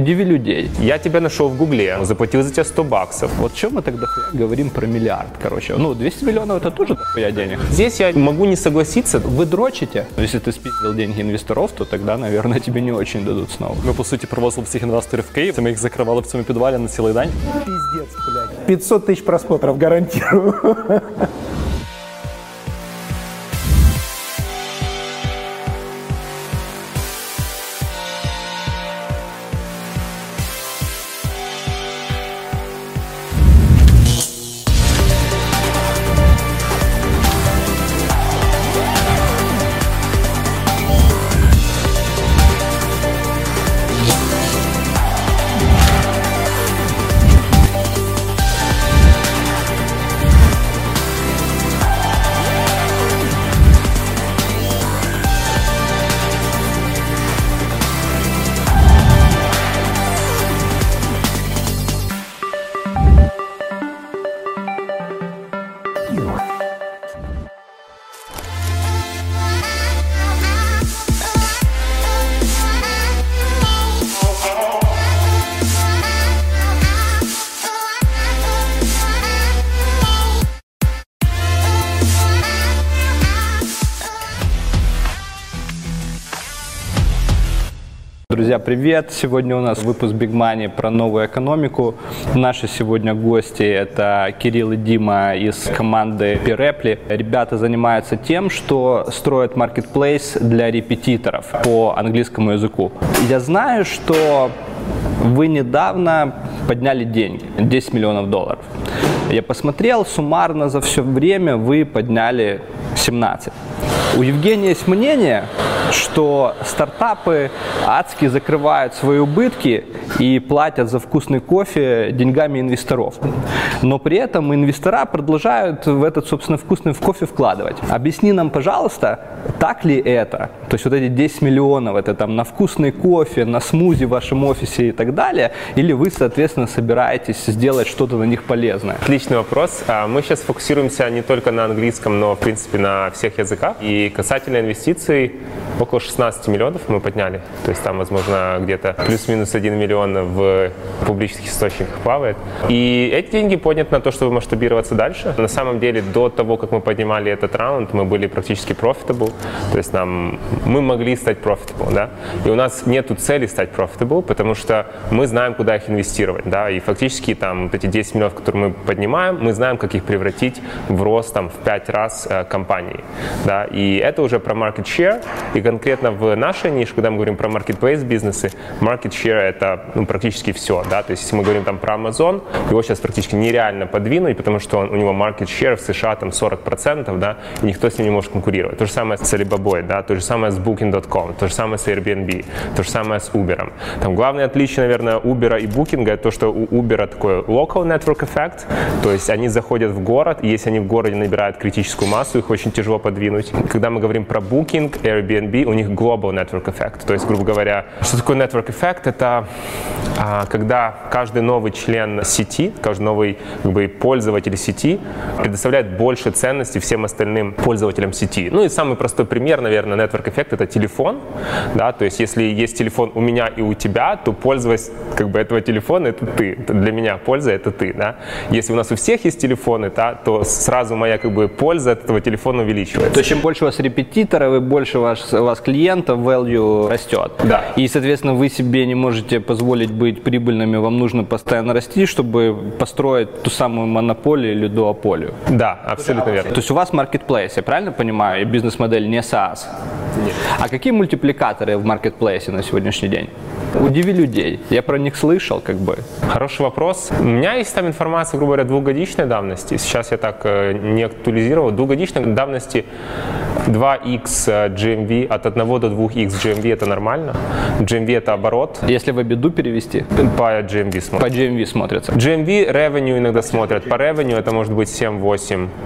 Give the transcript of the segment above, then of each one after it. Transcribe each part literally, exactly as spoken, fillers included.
Удиви людей. Я тебя нашел в Гугле, заплатил за тебя сто баксов. Вот чем мы тогда говорим про миллиард, короче? Ну, двести миллионов это тоже дохуя денег. Здесь я могу не согласиться. Вы дрочите? Если ты спиздил деньги инвесторов, то тогда, наверное, тебе не очень дадут снова. Ми, по суті, привозили всіх інвесторів в Київ. Ми їх закривали в цьому підвалі на цілий день. Пиздец, блядь. пятьсот тысяч просмотров, гарантирую. Друзья, привет! Сегодня у нас выпуск Big Money про новую экономику. Наши сегодня гости – это Кирилл и Дима из команды Pireply. Ребята занимаются тем, что строят маркетплейс для репетиторов по английскому языку. Я знаю, что вы недавно подняли деньги – десять миллионов долларов. Я посмотрел, суммарно за все время вы подняли семнадцать. У Евгения есть мнение, что стартапы адски закрывают свои убытки и платят за вкусный кофе деньгами инвесторов. Но при этом инвестора продолжают в этот, собственно, вкусный кофе вкладывать. Объясни нам, пожалуйста, так ли это? То есть вот эти десять миллионов, это там на вкусный кофе, на смузи в вашем офисе и так далее? Или вы, соответственно, собираетесь сделать что-то на них полезное? Отличный вопрос. Мы сейчас фокусируемся не только на английском, но, в принципе, на всех языках. И касательно инвестиций, около шестнадцати миллионов мы подняли. То есть там, возможно, где-то плюс-минус один миллион в публичных источниках плавает. И эти деньги подняты на то, чтобы масштабироваться дальше. На самом деле, до того, как мы поднимали этот раунд, мы были практически profitable. То есть нам, мы могли стать profitable, да. И у нас нету цели стать profitable, потому что мы знаем, куда их инвестировать, да. И фактически там вот эти десять миллионов, которые мы поднимаем, мы знаем, как их превратить в рост там в пять раз э, компании, да. И это уже про market share. И конкретно в нашей нише, когда мы говорим про marketplace бизнесы, market share это ну, практически все, да, то есть если мы говорим там про Amazon, его сейчас практически нереально подвинуть, потому что он, у него market share в США там сорок процентов, да, и никто с ним не может конкурировать. То же самое с Alibaba, да, то же самое с Booking точка ком, то же самое с Airbnb, то же самое с Uber. Там главное отличие, наверное, Uber и Booking это то, что у Uber такой local network effect, то есть они заходят в город, и если они в городе набирают критическую массу, их очень тяжело подвинуть. Когда мы говорим про Booking, Airbnb, у них global network effect. То есть, грубо говоря, что такое network effect? Это а, когда каждый новый член сети, каждый новый как бы, пользователь сети предоставляет больше ценности всем остальным пользователям сети. Ну и самый простой пример, наверное, network effect это телефон. Да? То есть, если есть телефон у меня и у тебя, то пользоваться как бы, этого телефона это ты. Для меня польза это ты. Да? Если у нас у всех есть телефоны, да, то сразу моя как бы, польза от этого телефона увеличивается. То есть, чем больше у вас репетиторов и больше ваш, у вас клиентов, value растет. Да. И, соответственно, вы себе не можете позволить быть прибыльными, вам нужно постоянно расти, чтобы построить ту самую монополию или дуополию. Да, абсолютно верно. То есть у вас marketplace, я правильно понимаю, и бизнес-модель не SaaS? Нет. А какие мультипликаторы в маркетплейсе на сегодняшний день? Удиви людей. Я про них слышал, как бы. Хороший вопрос. У меня есть там информация, грубо говоря, двухгодичной давности. Сейчас я так э, не актуализировал. Двухгодичной давности два икс джи эм ви, от одного до двух икс джи эм ви это нормально. джи эм ви это оборот. Если в обиду перевести? По джи эм ви смотрят. По джи эм ви смотрится. джи эм ви, revenue иногда смотрят. По revenue это может быть семь-восемь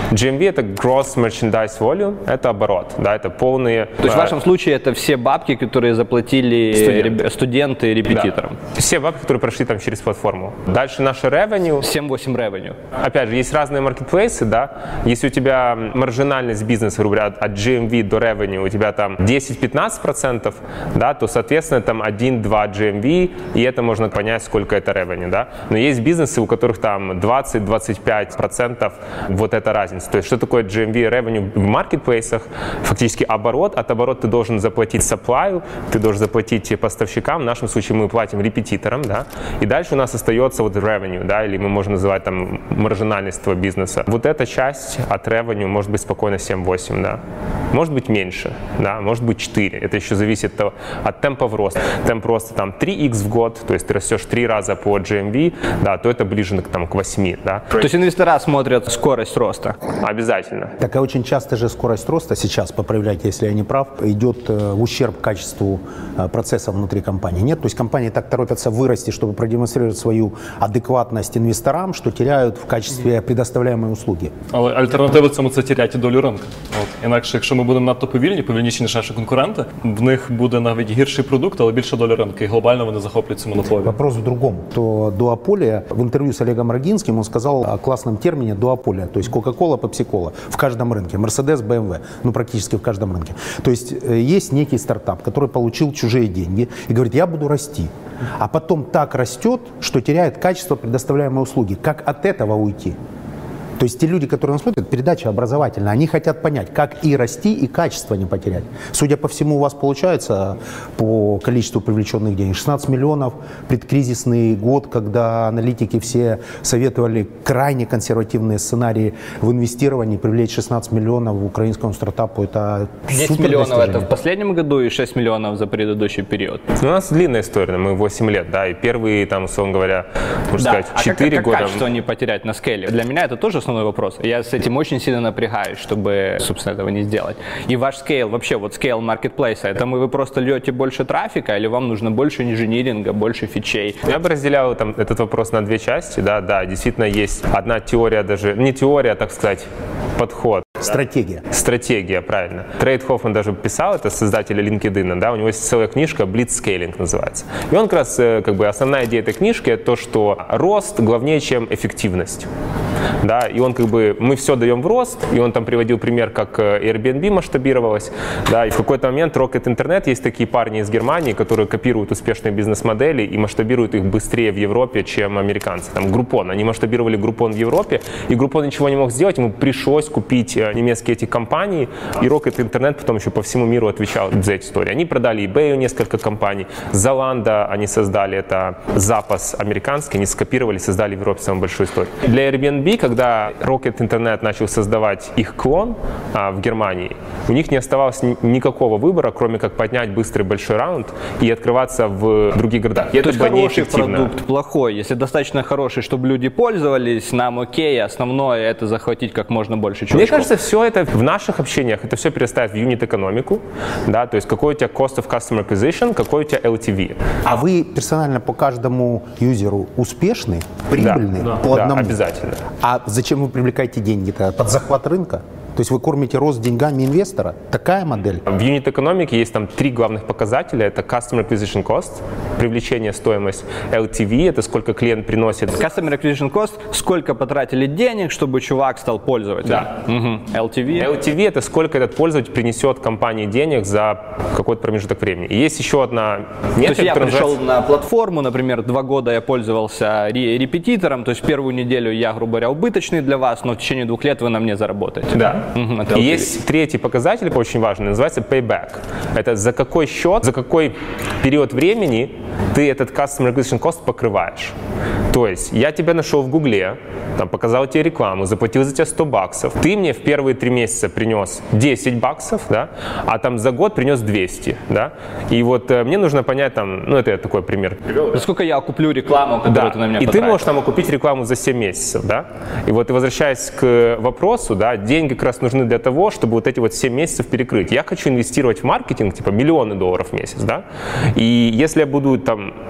джи эм ви – это Gross Merchandise Volume, это оборот, да, это полные… То есть в вашем случае это все бабки, которые заплатили Студенты. студенты репетиторам? Да. Все бабки, которые прошли там через платформу. Дальше наше revenue. семь-восемь revenue. Опять же, есть разные маркетплейсы, да. Если у тебя маржинальность бизнеса, грубо говоря, от джи эм ви до revenue у тебя там десять-пятнадцать процентов, да, то, соответственно, там один-два джи эм ви, и это можно понять, сколько это revenue, да. Но есть бизнесы, у которых там двадцать-двадцать пять процентов вот эта разница. То есть, что такое джи эм ви revenue в маркетплейсах? Фактически оборот. От оборота ты должен заплатить supply, ты должен заплатить поставщикам. В нашем случае мы платим репетиторам, да. И дальше у нас остается вот revenue, да, или мы можем называть там маржинальность твоего бизнеса. Вот эта часть от revenue может быть спокойно семь-восемь, да. Может быть меньше, да, может быть четыре. Это еще зависит от, от темпа в рост. Темп роста там три икс в год, то есть ты растешь три раза по джи эм ви, да, то это ближе к, там, к восьми, да. То есть инвестора смотрят скорость роста? Обязательно. Так, а очень часто же скорость роста сейчас, поправляйте, если я не прав, идет в ущерб качеству процесса внутри компании. Нет? То есть компании так торопятся вырасти, чтобы продемонстрировать свою адекватность інвесторам, що теряють в качестві предоставляємої услуги. Але альтернатива цьому – це теряти долю ринку. От. Інакше, якщо ми будемо надто повільні, повільніші, ніж наші конкуренти, в них буде навіть гірший продукт, але більша доля ринку. І глобально вони захоплюють цю монополію. Вопрос в другом. То дуополия, в интервью с Олегом Рогинским он сказал о классном термине дуополия, то есть Coca-Cola, Pepsi-Cola в каждом рынке, Mercedes, бэ эм вэ, ну практически в каждом рынке. То есть есть некий стартап, который получил чужие деньги и говорит, я буду расти. А потом так растет, что теряет качество предоставляемой услуги. Как от этого уйти? То есть те люди, которые нас смотрят, передача образовательная, они хотят понять, как и расти, и качество не потерять. Судя по всему, у вас получается по количеству привлеченных денег шестнадцать миллионов, предкризисный год, когда аналитики все советовали крайне консервативные сценарии в инвестировании, привлечь шестнадцать миллионов в украинскому стартапу, это десять миллионов это в последнем году и шесть миллионов за предыдущий период. Ну, у нас длинная история, мы восемь лет, да, и первые, там, условно говоря, можно да. сказать, четыре а как, года. Как качество не потерять на скейле? Для меня это тоже основной вопрос. Я с этим очень сильно напрягаюсь, чтобы, собственно, этого не сделать. И ваш скейл, вообще вот скейл маркетплейса, это мы вы просто льете больше трафика или вам нужно больше инжиниринга, больше фичей? Я бы разделял там, этот вопрос на две части. Да, да, действительно есть одна теория, даже не теория, а, так сказать, подход. Стратегия. Стратегия, правильно. Трейд Хоффман даже писал, это создатель LinkedIn, да, у него есть целая книжка «Блицскейлинг» называется. И он как раз, как бы, основная идея этой книжки – то, что рост главнее, чем эффективность. Да, и он как бы, мы все даем в рост, и он там приводил пример, как Airbnb масштабировалась, да, и в какой-то момент Rocket Internet, есть такие парни из Германии, которые копируют успешные бизнес-модели и масштабируют их быстрее в Европе, чем американцы. Там Groupon, они масштабировали Groupon в Европе, и Groupon ничего не мог сделать, ему пришлось купить немецкие эти компании, и Rocket Internet потом еще по всему миру отвечал за эти истории. Они продали eBay несколько компаний, Zalando они создали, это запас американский, они скопировали, создали в Европе самую большую историю. Для Airbnb, когда Rocket Internet начал создавать их клон а, в Германии, у них не оставалось ни, никакого выбора, кроме как поднять быстрый большой раунд и открываться в других городах. И То это есть было хороший неэффективно. продукт, плохой. Если достаточно хороший, чтобы люди пользовались, нам окей, основное это захватить как можно больше чуваков. Мне кажется, все это в наших общениях, это все перестает в юнит-экономику, да, то есть какой у тебя cost of customer acquisition, какой у тебя эл ти ви. А вы персонально по каждому юзеру успешны, прибыльны? Да, по да, одному? обязательно. А зачем вы привлекаете деньги-то? Под захват рынка? То есть вы кормите рост деньгами инвестора? Такая модель? В юнит-экономике есть там три главных показателя. Это Customer Acquisition Cost, привлечение, стоимость, эл ти ви, это сколько клиент приносит. Customer Acquisition Cost, сколько потратили денег, чтобы чувак стал пользователем. Да. Угу. эл ти ви? эл ти ви это сколько этот пользователь принесет компании денег за какой-то промежуток времени. И есть еще одна метрика. То есть я пришел называется... на платформу, например, два года я пользовался репетитором, то есть первую неделю я, грубо говоря, убыточный для вас, но в течение двух лет вы на мне заработаете. Да. Угу, и есть третий показатель, очень важный, называется payback. Это за какой счет, за какой период времени ты этот customer acquisition cost покрываешь. То есть я тебя нашел в Гугле, там, показал тебе рекламу, заплатил за тебя сто баксов. Ты мне в первые три месяца принес десять баксов, да, а там за год принес двести. Да? И вот э, мне нужно понять, там, ну это я такой пример привел. Да? Сколько я окуплю рекламу, которую да. ты на меня И потратил. ты можешь там окупить рекламу за семь месяцев. Да? И вот возвращаясь к вопросу, да, деньги как раз нужны для того, чтобы вот эти вот семь месяцев перекрыть. Я хочу инвестировать в маркетинг, типа миллионы долларов в месяц. Да? И если я буду там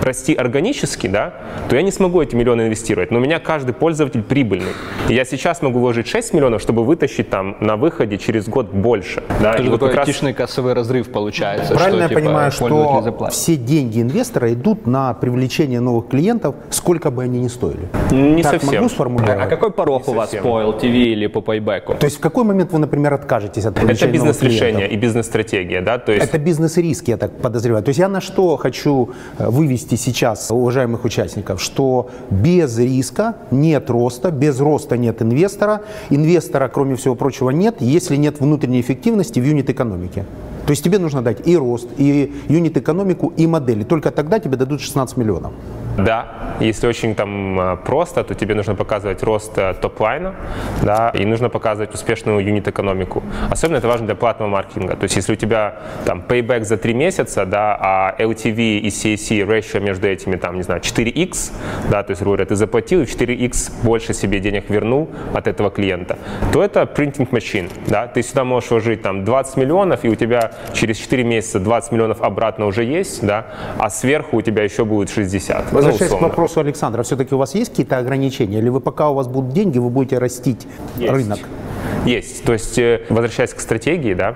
расти органически, да, то я не смогу эти миллионы инвестировать. Но у меня каждый пользователь прибыльный. И я сейчас могу вложить шесть миллионов, чтобы вытащить там на выходе через год больше. Да, это и вот такой как раз... этичный кассовый разрыв получается. Правильно что, я типа, понимаю, что заплатит. все деньги инвестора идут на привлечение новых клиентов, сколько бы они ни стоили? Не так совсем. могу сформулировать? А какой порог у вас по эл ти ви или по пейбеку? То есть в какой момент вы, например, откажетесь от привлечения Это новых бизнес-решение клиентов? и бизнес-стратегия, да, то есть... Это бизнес-риск, я так подозреваю. То есть я на что хочу вывести сейчас уважаемых участников, что без риска нет роста, без роста нет инвестора, инвестора, кроме всего прочего, нет, если нет внутренней эффективности в юнит-экономике. То есть тебе нужно дать и рост, и юнит-экономику, и модели. Только тогда тебе дадут шестнадцать миллионов. Да, если очень там просто, то тебе нужно показывать рост топ-лайна, да, и нужно показывать успешную юнит-экономику. Особенно это важно для платного маркетинга. То есть если у тебя там payback за три месяца, да, а эл ти ви и си эй си ratio между этими там, не знаю, четыре икс, да, то есть, говоря, ты заплатил и в четыре икс больше себе денег вернул от этого клиента, то это printing machine, да, ты сюда можешь вложить там двадцать миллионов, и у тебя через четыре месяца двадцать миллионов обратно уже есть, да, а сверху у тебя еще будет шестьдесят. Возвращаясь к вопросу Александра, все-таки у вас есть какие-то ограничения? Или вы пока у вас будут деньги, вы будете растить Есть. рынок? Есть. То есть, возвращаясь к стратегии, да,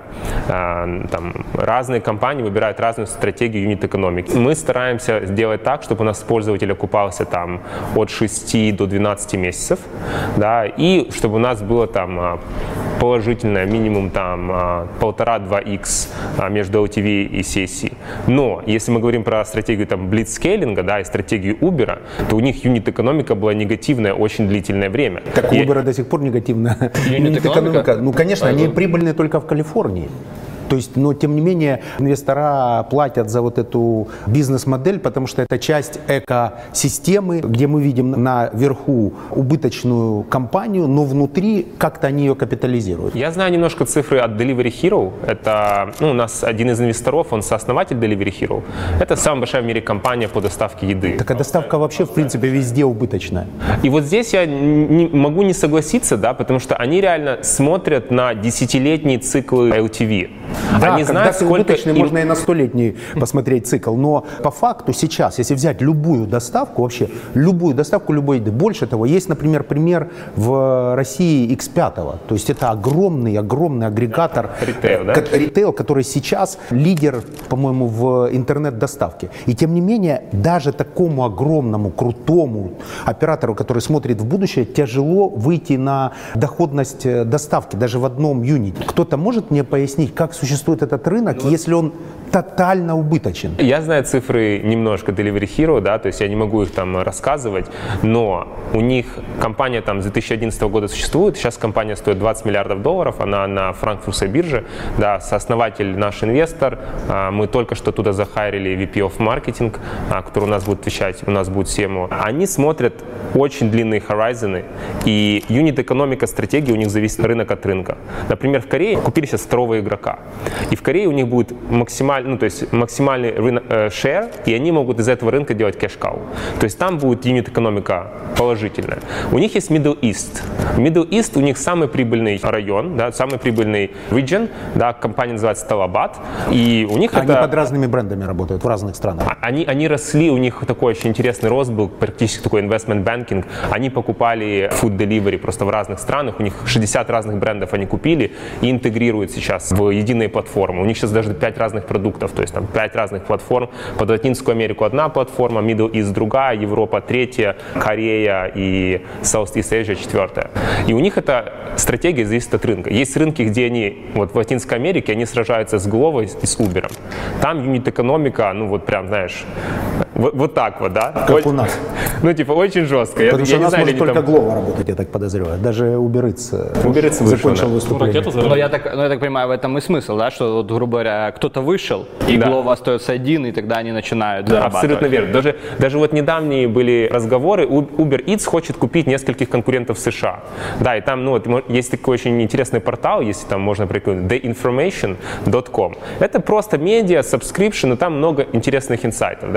там, разные компании выбирают разную стратегию юнит-экономики. Мы стараемся сделать так, чтобы у нас пользователь окупался там от шести до двенадцати месяцев, да, и чтобы у нас было там положительное минимум там полтора-два икс между эл ти ви и си эй си. Но если мы говорим про стратегию там блицскейлинга, да, и стратегию Uber, то у них юнит-экономика была негативная очень длительное время. Так у и... Uber до сих пор негативная Юнит-экономика? юнит-экономика. Ну, конечно, они прибыльны только в Калифорнии. То есть, но тем не менее инвестора платят за вот эту бизнес-модель, потому что это часть экосистемы, где мы видим наверху убыточную компанию, но внутри как-то они ее капитализируют. Я знаю немножко цифры от Delivery Hero. Это, ну, у нас один из инвесторов, он сооснователь Delivery Hero. Это самая большая в мире компания по доставке еды. Такая доставка вообще, в принципе, везде убыточная. И вот здесь я не, могу не согласиться, да, потому что они реально смотрят на десятилетние циклы эл ти ви. Да, они когда знают, ты сколько убыточный, им... можно и на столетний посмотреть цикл. Но по факту сейчас, если взять любую доставку, вообще любую доставку любой еды, больше того, есть, например, пример в России икс пять. То есть это огромный, огромный агрегатор, ритейл, да? ритейл, который сейчас лидер, по-моему, в интернет-доставке. И тем не менее, даже такому огромному, крутому оператору, который смотрит в будущее, тяжело выйти на доходность доставки, даже в одном юните. Кто-то может мне пояснить, как существует этот рынок, если он тотально убыточен? Я знаю цифры немножко Delivery Hero, да, то есть я не могу их там рассказывать, но у них компания там с две тысячи одиннадцатого года существует, сейчас компания стоит двадцать миллиардов долларов, она на франкфуртской бирже, да, сооснователь наш инвестор, мы только что туда захайрили ви пи of Marketing, который у нас будет отвечать, у нас будет сему. Они смотрят очень длинные хорайзоны, и юнит-экономика стратегии у них зависит рынок от рынка. Например, в Корее купили сейчас второго игрока, и в Корее у них будет максимальный, ну, то есть максимальный рынок, э, share, и они могут из этого рынка делать кэш-кау. То есть там будет юнит-экономика положительная. У них есть Middle East. Middle East у них самый прибыльный район, да, самый прибыльный region, да, компания называется Talabat, и у них Они это... под разными брендами работают в разных странах. Они, они росли, у них такой очень интересный рост был, практически такой investment banking. Они покупали food delivery просто в разных странах, у них шестьдесят разных брендов они купили и интегрируют сейчас в единые платформы. У них сейчас даже пять разных продуктов, то есть там пять разных платформ. Под Латинскую Америку одна платформа, Middle East другая, Европа третья, Корея и Southeast Asia четвертая. И у них эта стратегия зависит от рынка. Есть рынки, где они, вот в Латинской Америке, они сражаются с Glovo и с Uber. Там юнит-экономика, ну вот прям, знаешь, вот, вот так вот, да? Как Очень, у нас. Ну, типа, очень жестко. Потому я, что я у нас знаю, может там... только Glovo работать, я так подозреваю. Даже Uber Eats, Uber Eats закончил вышел, выступление. Ракета Ну я, так, ну, я так понимаю, в этом и смысл, да, что, вот, грубо говоря, кто-то вышел, и Да. Glovo остается один, и тогда они начинают Да, зарабатывать. абсолютно верно. Даже, даже вот недавние были разговоры, У- Uber Eats хочет купить нескольких конкурентов в США. Да, и там, ну, вот, мо- есть такой очень интересный портал, если там можно прикинуть, the information dot com. Это просто медиа, subscription, и там много интересных инсайтов, да.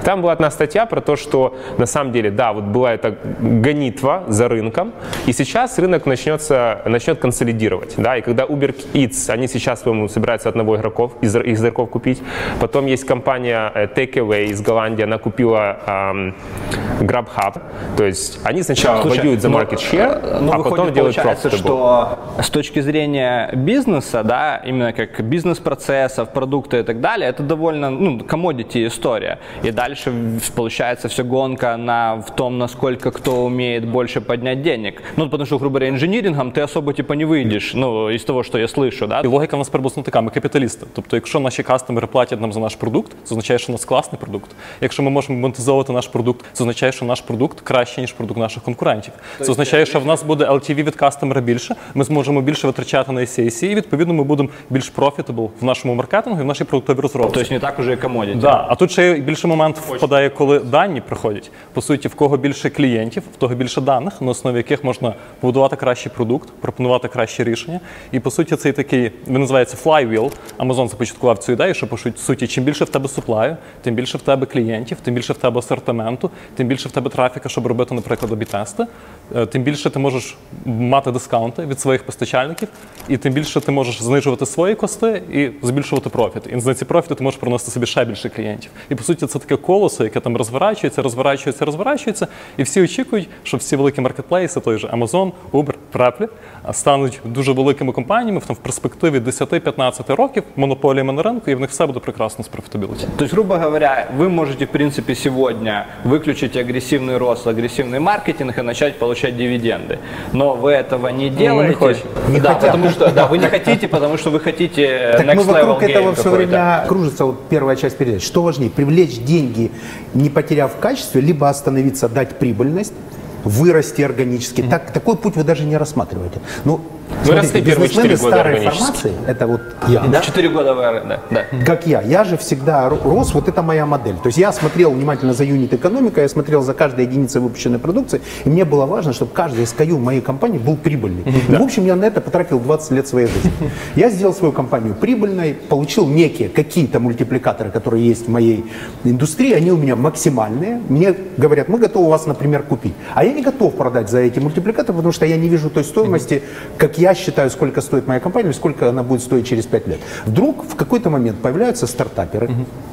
Там была одна статья про то, что на самом деле, да, вот была эта гонитва за рынком, и сейчас рынок начнется, начнет консолидировать, да, и когда Uber Eats, они сейчас, по-моему, собираются одного игроков, из, из игроков купить, потом есть компания Takeaway из Голландии, она купила эм, GrabHub, то есть они сначала Слушай, воюют за ну, market share, ну, а выходит, потом делают получается, profitable. что с точки зрения бизнеса, да, именно как бизнес-процессов, продукта и так далее, это довольно, ну, commodity история. И дальше получается все гонка на, в том, насколько кто умеет больше поднять денег. Ну, потому что, грубо говоря, инжинірингом ти особо типа не вийдеш, ну, із того, що я слышу, да. І логіка в нас приблизно така, ми капіталісти. Тобто, якщо наші кастомери платять нам за наш продукт, це означає, що у нас класний продукт. Якщо ми можемо монетизовувати наш продукт, це означає, що наш продукт краще, ніж продукт наших конкурентів. Це означає, що в нас буде ел ті ві від кастомера більше, ми зможемо більше витрачати на сі ей сі, і відповідно ми будемо більш profitable в нашому маркетингу і в нашій продуктовій розробці. Тобто не так уже і commodity. Да. А тут ще більше момент впадає, коли дані приходять. По суті, в кого більше клієнтів, в того більше даних, на основі яких можна побудувати кращий продукт, пропонувати кращі рішення. І по суті, цей такий, він називається flywheel. Amazon започаткував цю ідею, що по суті, чим більше в тебе суплаю, тим більше в тебе клієнтів, тим більше в тебе асортименту, тим більше в тебе трафіка, щоб робити, наприклад, ей бі тести, тим більше ти можеш мати дискаунти від своїх постачальників, і тим більше ти можеш знижувати свої кости і збільшувати профіт. І за ці профіти ти можеш приносити собі ще більше клієнтів. І по суті, це таке колесо, яке там розворачується, розворачується, розворачується, і всі очікують, що всі великі маркетплейси, той же Amazon, Uber, Preply, стануть дуже великими компаніями в, там, в перспективі десять-п'ятнадцять років монополіями на ринку, і в них все буде прекрасно з профітабіліті. То есть, грубо говоря, вы можете, в принципе, сегодня выключить агрессивный рост, агрессивный маркетинг и начать получать дивиденды. Но вы этого не делаете. Ну, не не да, хотят. потому что да, вы не хотите, потому что вы хотите Так next мы level вокруг game этого все какой-то. время кружится вот первая часть передачи. Что важнее, привлечь деньги, не потеряв в качестве, либо остановиться, дать прибыльность, вырасти органически. Mm-hmm. Так, такой путь вы даже не рассматриваете. Ну, смотрите, бизнесмены старой формации, это вот я, да? Четыре года в эр, да, да. Как я. Я же всегда рос, вот это моя модель. То есть я смотрел внимательно за юнит-экономикой, я смотрел за каждой единицей выпущенной продукции, и мне было важно, чтобы каждый эс кей ю в моей компании был прибыльный. Mm-hmm. И, в общем, я на это потратил двадцать лет своей жизни. Я сделал свою компанию прибыльной, получил некие какие-то мультипликаторы, которые есть в моей индустрии, они у меня максимальные. Мне говорят, мы готовы вас, например, купить. А я не готов продать за эти мультипликаторы, потому что я не вижу той стоимости, как я считаю, сколько стоит моя компания, сколько она будет стоить через пять лет. Вдруг в какой-то момент появляются стартаперы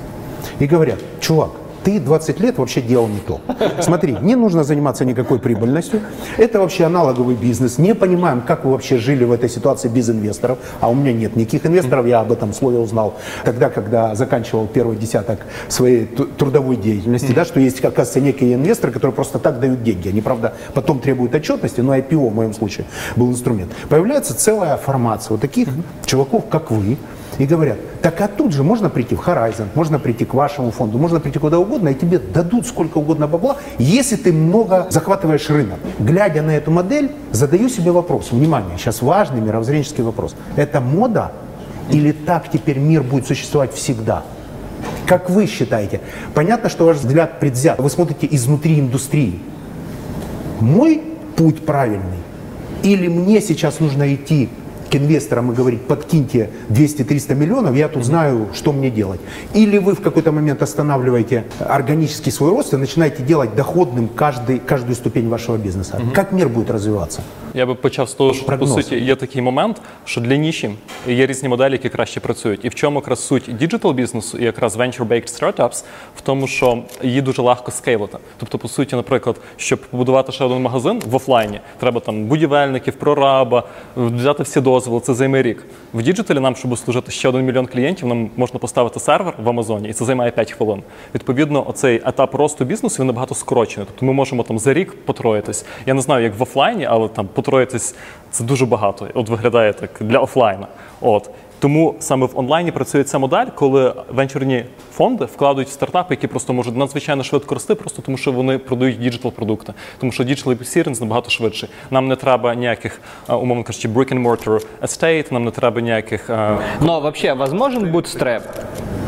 и говорят, чувак, ты двадцать лет вообще делал не то. Смотри, не нужно заниматься никакой прибыльностью. Это вообще аналоговый бизнес. Не понимаем, как вы вообще жили в этой ситуации без инвесторов. А у меня нет никаких инвесторов. Я об этом слове узнал тогда, когда заканчивал первый десяток своей трудовой деятельности. Да, что есть, оказывается, некие инвесторы, которые просто так дают деньги. Они, правда, потом требуют отчетности, но ай пи о в моем случае был инструмент. Появляется целая формация вот таких чуваков, как вы. И говорят, так а тут же можно прийти в Horizon, можно прийти к вашему фонду, можно прийти куда угодно, и тебе дадут сколько угодно бабла, если ты много захватываешь рынок. Глядя на эту модель, задаю себе вопрос, внимание, сейчас важный мировоззренческий вопрос. Это мода или так теперь мир будет существовать всегда? Как вы считаете? Понятно, что ваш взгляд предвзят, вы смотрите изнутри индустрии. Мой путь правильный? Или мне сейчас нужно идти к инвесторам и говорить, подкиньте двести-триста миллионов, я тут знаю, что мне делать. Или вы в какой-то момент останавливаете органический свой рост и начинаете делать доходным каждый, каждую ступень вашего бизнеса. Mm-hmm. Как мир будет развиваться? Я би почав з того, що, Прогноз. по суті, є такий момент, що для ніші є різні моделі, які краще працюють. І в чому якраз суть діджитал-бізнесу і якраз venture-based startups в тому, що її дуже легко скейлити. Тобто, по суті, наприклад, щоб побудувати ще один магазин в офлайні, треба там будівельників, прораба, взяти всі дозволи, це займе рік. В діджиталі нам, щоб служити ще один мільйон клієнтів, нам можна поставити сервер в Амазоні, і це займає п'ять хвилин. Відповідно, оцей етап росту бізнесу, він набагато скорочений. Тобто ми можемо там за рік потроїтись. Я не знаю, як в офлайні, але там потроїтись – це дуже багато. От виглядає так для офлайна. От. Тому саме в онлайні працює ця модель, коли венчурні фонди вкладають в стартапи, які просто можуть надзвичайно швидко рости, просто тому що вони продають діджитал-продукти. Тому що діджитал experience набагато швидший. Нам не треба ніяких, умовно кажучи, brick and mortar estate, нам не треба ніяких... Но вообще возможен bootstrap?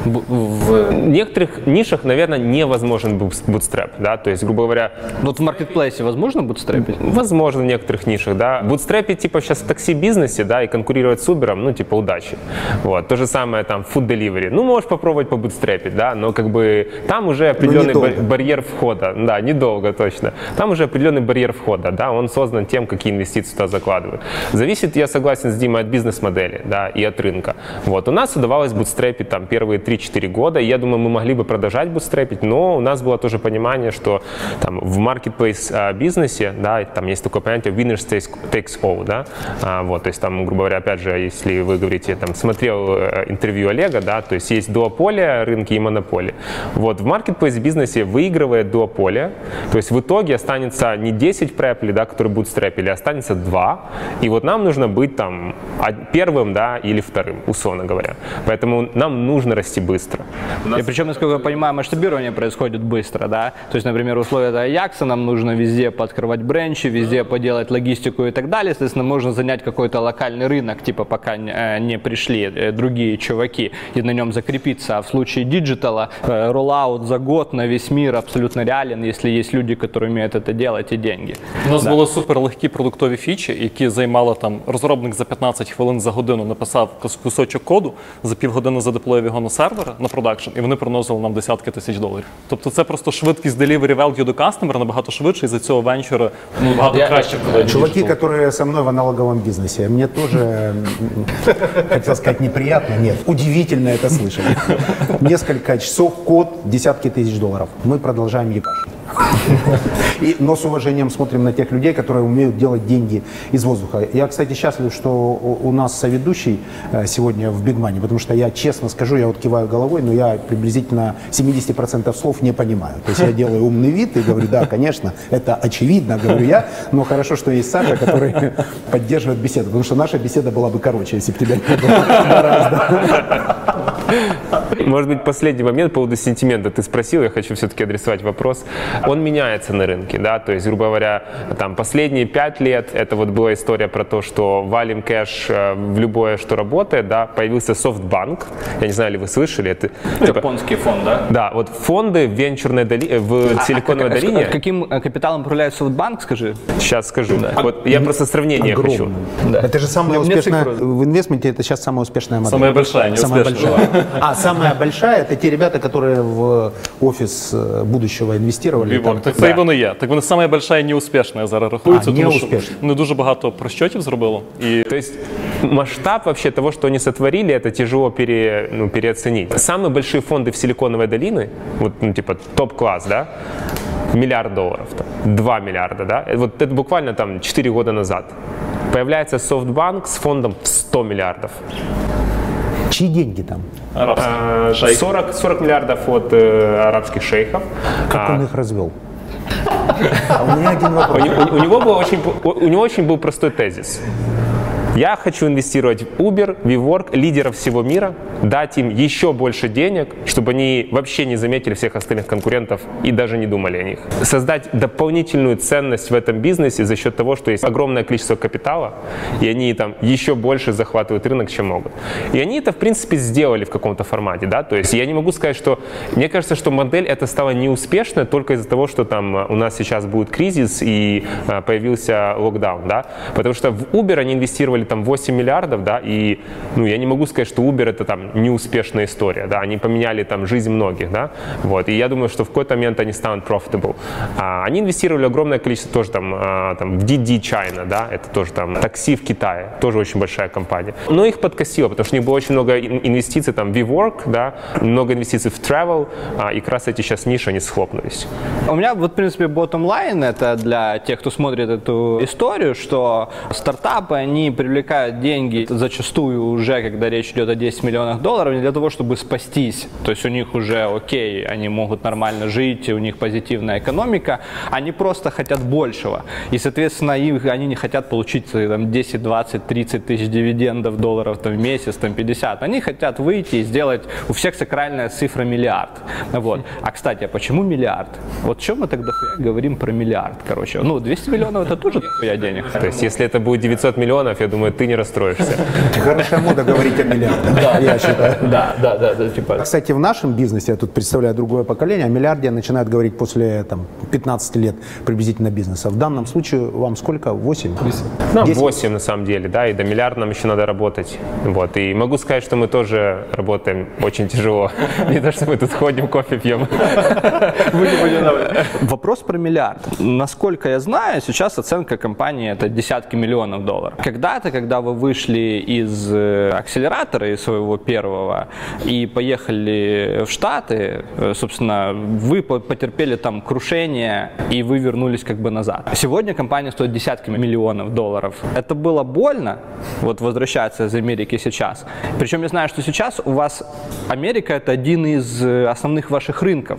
В... В некоторых нишах, наверное, невозможен бутстрап, да, то есть, грубо говоря... Вот в маркетплейсе возможно бутстрапить? Возможно, в некоторых нишах, да. Бутстрапить, типа, сейчас в такси-бизнесе, да, и конкурировать с Uber, ну, типа, удачи. Вот, то же самое, там, food delivery. Ну, можешь попробовать побутстрапить, да, но, как бы, там уже определенный бар- барьер входа, да, недолго, точно. Там уже определенный барьер входа, да, он создан тем, какие инвестиции туда закладывают. Зависит, я согласен с Димой, от бизнес-модели, да, и от рынка. Вот, у нас удавалось бутстрапить, там, первые три-четыре года, и я думаю, мы могли бы продолжать бутстрапить, но у нас было тоже понимание, что, там, в marketplace бизнесе, да, там есть такое понятие winners takes all, да, а, вот, то есть там, грубо говоря, опять же, если вы говорите, там, смотрел интервью Олега, да, то есть есть дуополия, рынки и монополия. Вот, в marketplace бизнесе выигрывает дуополия, то есть в итоге останется не десять препли, да, которые будут стрэпили, а останется два, и вот нам нужно быть там первым, да, или вторым, условно говоря. Поэтому нам нужно расти быстро. И причем, насколько я понимаю, масштабирование происходит быстро, да, то есть, например, условия Аякса, нам нужно везде пооткрывать бренчи, везде поделать логистику и так далее, соответственно, можно занять какой-то локальный рынок, типа пока не пришли другие чуваки, и на нем закрепиться. А в случае диджитала роллаут за год на весь мир абсолютно реален, если есть люди, которые умеют это делать, і деньги. У нас да. були супер легкі продуктові фічі, які займали там розробник за п'ятнадцять хвилин за годину написав кусочок коду, за півгодини задеплоїв його на сервер, на продакшн, і вони приносили нам десятки тисяч доларів. Тобто це просто швидкість delivery value до customer набагато швидше, і за цього венчури ну, багато Я, краще. Чуваки, которые со мной в аналоговом бизнесе, мне тоже, хотел сказать, неприятно, нет, удивительно это слышать. Несколько часов код, десятки тысяч долларов. Мы продолжаем ебашить. И, но с уважением смотрим на тех людей, которые умеют делать деньги из воздуха. Я, кстати, счастлив, что у нас соведущий сегодня в Big Money, потому что я честно скажу, я вот киваю головой, но я приблизительно семьдесят процентов слов не понимаю. То есть я делаю умный вид и говорю, да, конечно, это очевидно, говорю я, но хорошо, что есть Саша, который поддерживает беседу, потому что наша беседа была бы короче, если бы тебя не было гораздо. Может быть, последний момент по поводу сентимента. Ты спросил, я хочу все-таки адресовать вопрос. Он меняется на рынке, да, то есть, грубо говоря, там, последние пять лет, это вот была история про то, что валим кэш в любое, что работает, да, появился SoftBank, я не знаю, ли вы слышали, это... Японский фонд, да? Да, вот фонды в венчурной доли... в Силиконовой а, долине... А, каким капиталом управляет SoftBank, скажи? Сейчас скажу. Да. Вот я просто сравнение Огромный. хочу. Да. Это же самая Мне успешная... цифры. В инвестменте это сейчас самая успешная модель. Самая большая, не самая успешная. большая. А самая большая это те ребята, которые в офис будущего инвестировали. Вівор, так це да. і вони є. Так вони саме більша і неуспішна зараз рахуються, А, тому що неуспішна. вони дуже багато прощотів зробили. І То есть масштаб вообще того, что они сотворили, это тяжело пере, ну, переоценить. Самые большие фонды в Силиконовой долине, вот, ну, типа топ-класс, да, миллиард долларов, там, два миллиарда, да, вот это буквально там четыре года назад. Появляется SoftBank с фондом в сто миллиардов. Чьи деньги там? А, сорок, сорок миллиардов от э, арабских шейхов. Как А, он их развел? А у меня один У, вопрос. у- у него был очень, у, у него очень был простой тезис. Я хочу инвестировать в Uber, WeWork, лидеров всего мира, дать им еще больше денег, чтобы они вообще не заметили всех остальных конкурентов и даже не думали о них. Создать дополнительную ценность в этом бизнесе за счет того, что есть огромное количество капитала, и они там еще больше захватывают рынок, чем могут. И они это, в принципе, сделали в каком-то формате, да, то есть я не могу сказать, что... Мне кажется, что модель эта стала неуспешной только из-за того, что там у нас сейчас будет кризис и а, появился локдаун, да, потому что в Uber они инвестировали там восемь миллиардов, да, и, ну, я не могу сказать, что Uber это там неуспешная история, да, они поменяли там жизнь многих, да, вот, и я думаю, что в какой-то момент они станут profitable. А, они инвестировали огромное количество тоже там, а, там в ди ди China, да, это тоже там такси в Китае, тоже очень большая компания, но их подкосило, потому что у них было очень много инвестиций там в WeWork, да, много инвестиций в travel, а, и как раз эти сейчас ниши, они схлопнулись. У меня вот, в принципе, bottom line, это для тех, кто смотрит эту историю, что стартапы, они привлекают деньги зачастую уже, когда речь идет о десяти миллионах долларов, не для того, чтобы спастись. То есть у них уже окей, они могут нормально жить, у них позитивная экономика, они просто хотят большего. И, соответственно, их, они не хотят получить там, десять, двадцать, тридцать тысяч дивидендов долларов там, в месяц, там, пятьдесят. Они хотят выйти и сделать у всех сакральная цифра миллиард. Вот. А, кстати, а почему миллиард? Вот чем мы тогда говорим про миллиард, короче? Ну, двести миллионов это тоже нихуя денег. То есть если это будет девятьсот миллионов, я думаю, думаю, ты не расстроишься. Хорошая мода говорить о миллиарде, я считаю. Да, да, да, да, типа. Кстати, в нашем бизнесе, я тут представляю другое поколение, о миллиарде начинают говорить после там, пятнадцати лет приблизительно бизнеса. В данном случае вам сколько? восемь? Нам восемь на самом деле, да, и до миллиарда нам еще надо работать. Вот. И могу сказать, что мы тоже работаем очень тяжело. Не то, что мы тут ходим, кофе пьем. Вопрос про миллиард. Насколько я знаю, сейчас оценка компании это десятки миллионов долларов. Когда-то, когда вы вышли из акселератора, из своего первого, и поехали в Штаты, собственно, вы потерпели там крушение, и вы вернулись как бы назад. Сегодня компания стоит десятки миллионов долларов. Это было больно, вот возвращаться из Америки сейчас. Причем я знаю, что сейчас у вас Америка это один из основных ваших рынков.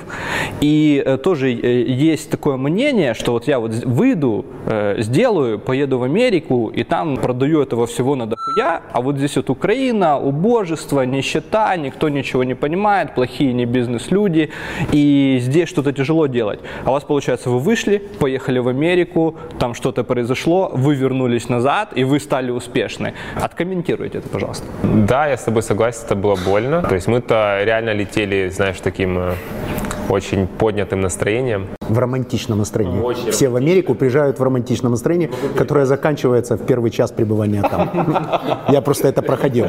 И э, тоже э, есть такое мнение, что вот я вот выйду, э, сделаю, поеду в Америку и там продаю этого всего на дохуя, а вот здесь вот Украина, убожество, нищета, никто ничего не понимает, плохие не бизнес-люди, и здесь что-то тяжело делать. А у вас получается, вы вышли, поехали в Америку, там что-то произошло, вы вернулись назад, и вы стали успешны. Откомментируйте это, пожалуйста. Да, я с тобой согласен, это было больно. То есть мы-то реально летели, знаешь, таким э, очень поднятым настроением. В романтичном настроении. Очень Все в Америку приезжают в романтичном настроении, которое заканчивается в первый час пребывания там. Я просто это проходил.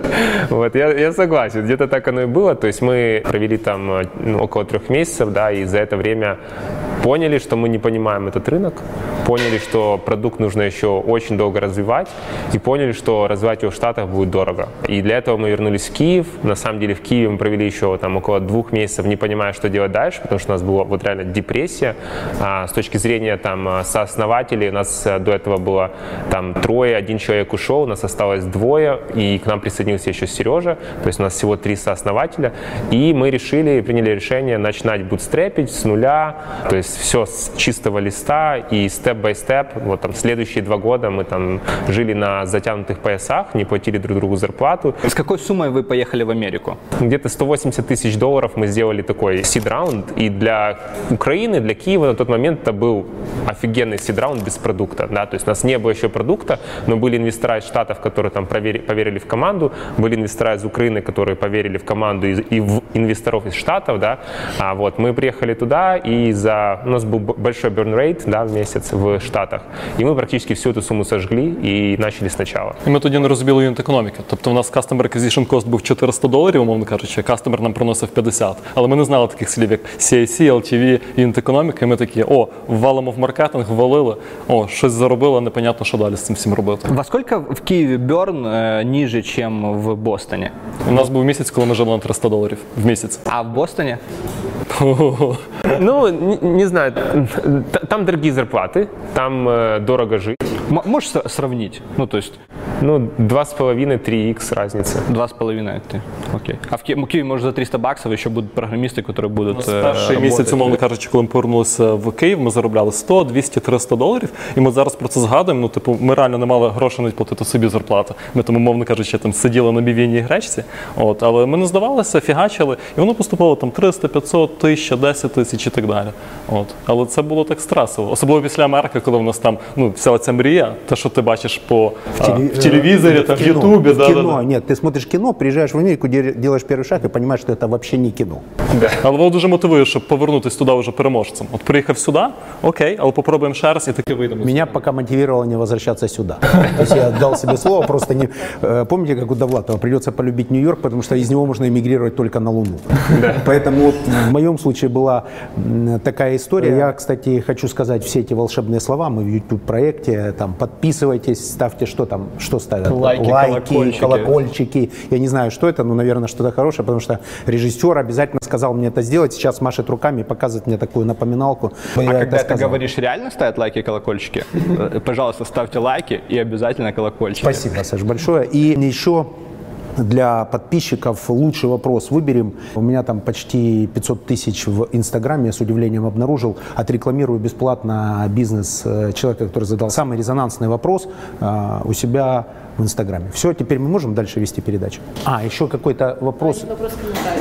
Вот, я, я согласен, где-то так оно и было. То есть мы провели там ну, около трех месяцев, да, и за это время поняли, что мы не понимаем этот рынок, поняли, что продукт нужно еще очень долго развивать, и поняли, что развивать его в Штатах будет дорого. И для этого мы вернулись в Киев. На самом деле в Киеве мы провели еще там около двух месяцев, не понимая, что делать дальше, потому что у нас была вот реально депрессия. А, с точки зрения там сооснователей, у нас до этого было там трое, один человек ушел, у нас осталось двое, и к нам присоединился еще Сережа, то есть у нас всего три сооснователя, и мы решили, приняли решение начинать бутстрепить с нуля, то есть все с чистого листа и степ-бай-степ. Вот там следующие два года мы там жили на затянутых поясах, не платили друг другу зарплату. С какой суммой вы поехали в Америку? Где-то сто восемьдесят тысяч долларов мы сделали такой сид-раунд, и для Украины, для Киева на тот момент это был офигенный сид-раунд без продукта, да, то есть у нас не было еще продукта, но были инвестора из Штатов, которые там поверили, поверили в команду, были инвестора из Украины, которые поверили в команду и, и в инвесторов из Штатов, да, а вот мы приехали туда, и за, у нас был большой burn rate, да, в месяц в Штатах, і ми практично всю эту сумму сожгли і почали спочатку. І ми тоді не розуміли юніт економіки. Тобто у нас customer acquisition cost був чотириста доларів, умовно кажучи, customer нам приносив п'ятдесят. Але ми не знали таких слів, як сі ай сі, ел ті ві, юніт економіка, і ми такі, о, ввалимо в маркетинг, ввалили, о, щось заробили, непонятно, що далі з цим всім робити. Во сколько в Киеве берн э, ниже, чем в Бостоне? У нас був місяць, коли ми жили на триста доларів в місяць. А в Бостоне? Ну, не, не знаю, там дорогие зарплаты, там э, дорого жить. М- можешь с- сравнить? Ну, то есть... Ну, два с половиной - три икс разница. Два с половиной, ты. Окей. А в Ки- в Киеве, может, за триста баксов еще будут программисты, которые будут Ну, э, перший работать. місяць, умовно кажучи, коли ми повернулися в Київ, ми заробляли сто, двісті, триста доларів. І ми зараз про це згадуємо. Ну, типу, ми реально не мали грошей навіть платити собі зарплату. Ми там, умовно кажучи, там сиділи на бівійній гречці. От, але ми не здавалися, фігачили, і воно поступало там триста, п'ятсот, тисяча, десять тисяч і так далі. От. Але це було так стресово. Особливо після Америки, коли в нас там, ну, вся ця мрія, те, що ти бачиш по в, теле- в телевізорі, там, в кино, Ютубі. в Да, кино. да, да. Нет, ты смотришь кино, приезжаешь в Америку, де- делаешь первый шаг и понимаешь, что это вообще не кино. Але воно дуже мотивує, щоб повернутися туди вже переможцем. От приїхав сюди, окей, але попробуємо ще раз і таки вийдемо. Меня пока мотивировало не возвращаться сюда. То есть я дал себе слово, просто не... э, Помните, как у Довлатова, придется полюбить Нью-Йорк, потому что из него можно эмигрировать только на Луну. Поэтому вот в моем случае была м, такая история. Я, кстати, хочу сказать все эти волшебные слова. Мы в YouTube-проекте, там, подписывайтесь, ставьте, что там, что ставят? Лайки, колокольчики. колокольчики. Я не знаю, что это, но, наверное, что-то хорошее, потому что режиссер обязательно сказал мне это сделать. Сейчас машет руками и показывает мне такую напоминалку. А Я это когда ты сказал. говоришь, реально ставят лайки и колокольчики? Э, Пожалуйста, ставьте лайки и обязательно колокольчики. Спасибо, Саш, большое. И еще для подписчиков лучший вопрос выберем. У меня там почти пятьсот тысяч в Инстаграме, я с удивлением обнаружил. Отрекламирую бесплатно бизнес э, человека, который задал самый резонансный вопрос э, у себя в Инстаграме. Все, теперь мы можем дальше вести передачу. А, еще какой-то вопрос. Вопрос в комментариях.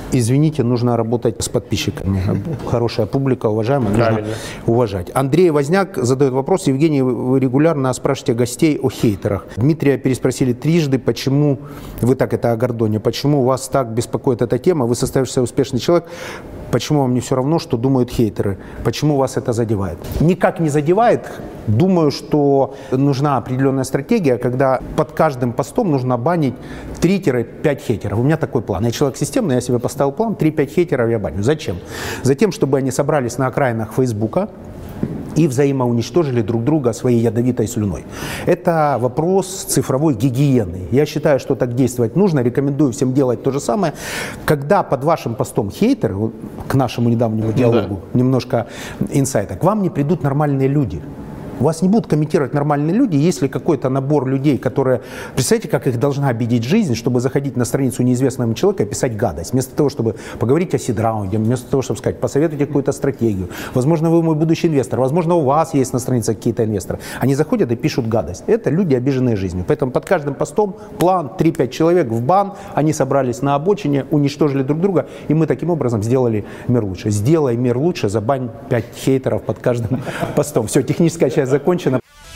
Извините, нужно работать с подписчиками. Хорошая публика, уважаемая, нужно Правильно. уважать. Андрей Возняк задает вопрос. Евгений, вы регулярно спрашиваете гостей о хейтерах. Дмитрия переспросили трижды, почему вы так это о Гордоне, почему вас так беспокоит эта тема, вы состоявшийся успешный человек, почему вам не все равно, что думают хейтеры, почему вас это задевает? Никак не задевает. Думаю, что нужна определенная стратегия, когда под каждым постом нужно банить три-пять хейтеров. У меня такой план. Я человек системный, я себе поставил план, три-пять хейтеров я баню. Зачем? Затем, чтобы они собрались на окраинах Фейсбука и взаимоуничтожили друг друга своей ядовитой слюной. Это вопрос цифровой гигиены. Я считаю, что так действовать нужно. Рекомендую всем делать то же самое. Когда под вашим постом хейтеры, вот к нашему недавнему диалогу, да. немножко инсайта, к вам не придут нормальные люди. Вас не будут комментировать нормальные люди, если какой-то набор людей, которые... Представляете, как их должна обидеть жизнь, чтобы заходить на страницу неизвестного человека и писать гадость. Вместо того, чтобы поговорить о сид-раунде, вместо того, чтобы сказать, посоветуйте какую-то стратегию. Возможно, вы мой будущий инвестор. Возможно, у вас есть на странице какие-то инвесторы. Они заходят и пишут гадость. Это люди, обиженные жизнью. Поэтому под каждым постом план три-пять человек в бан. Они собрались на обочине, уничтожили друг друга. И мы таким образом сделали мир лучше. Сделай мир лучше, забань пять хейтеров под каждым постом. Все, техническая часть закончено.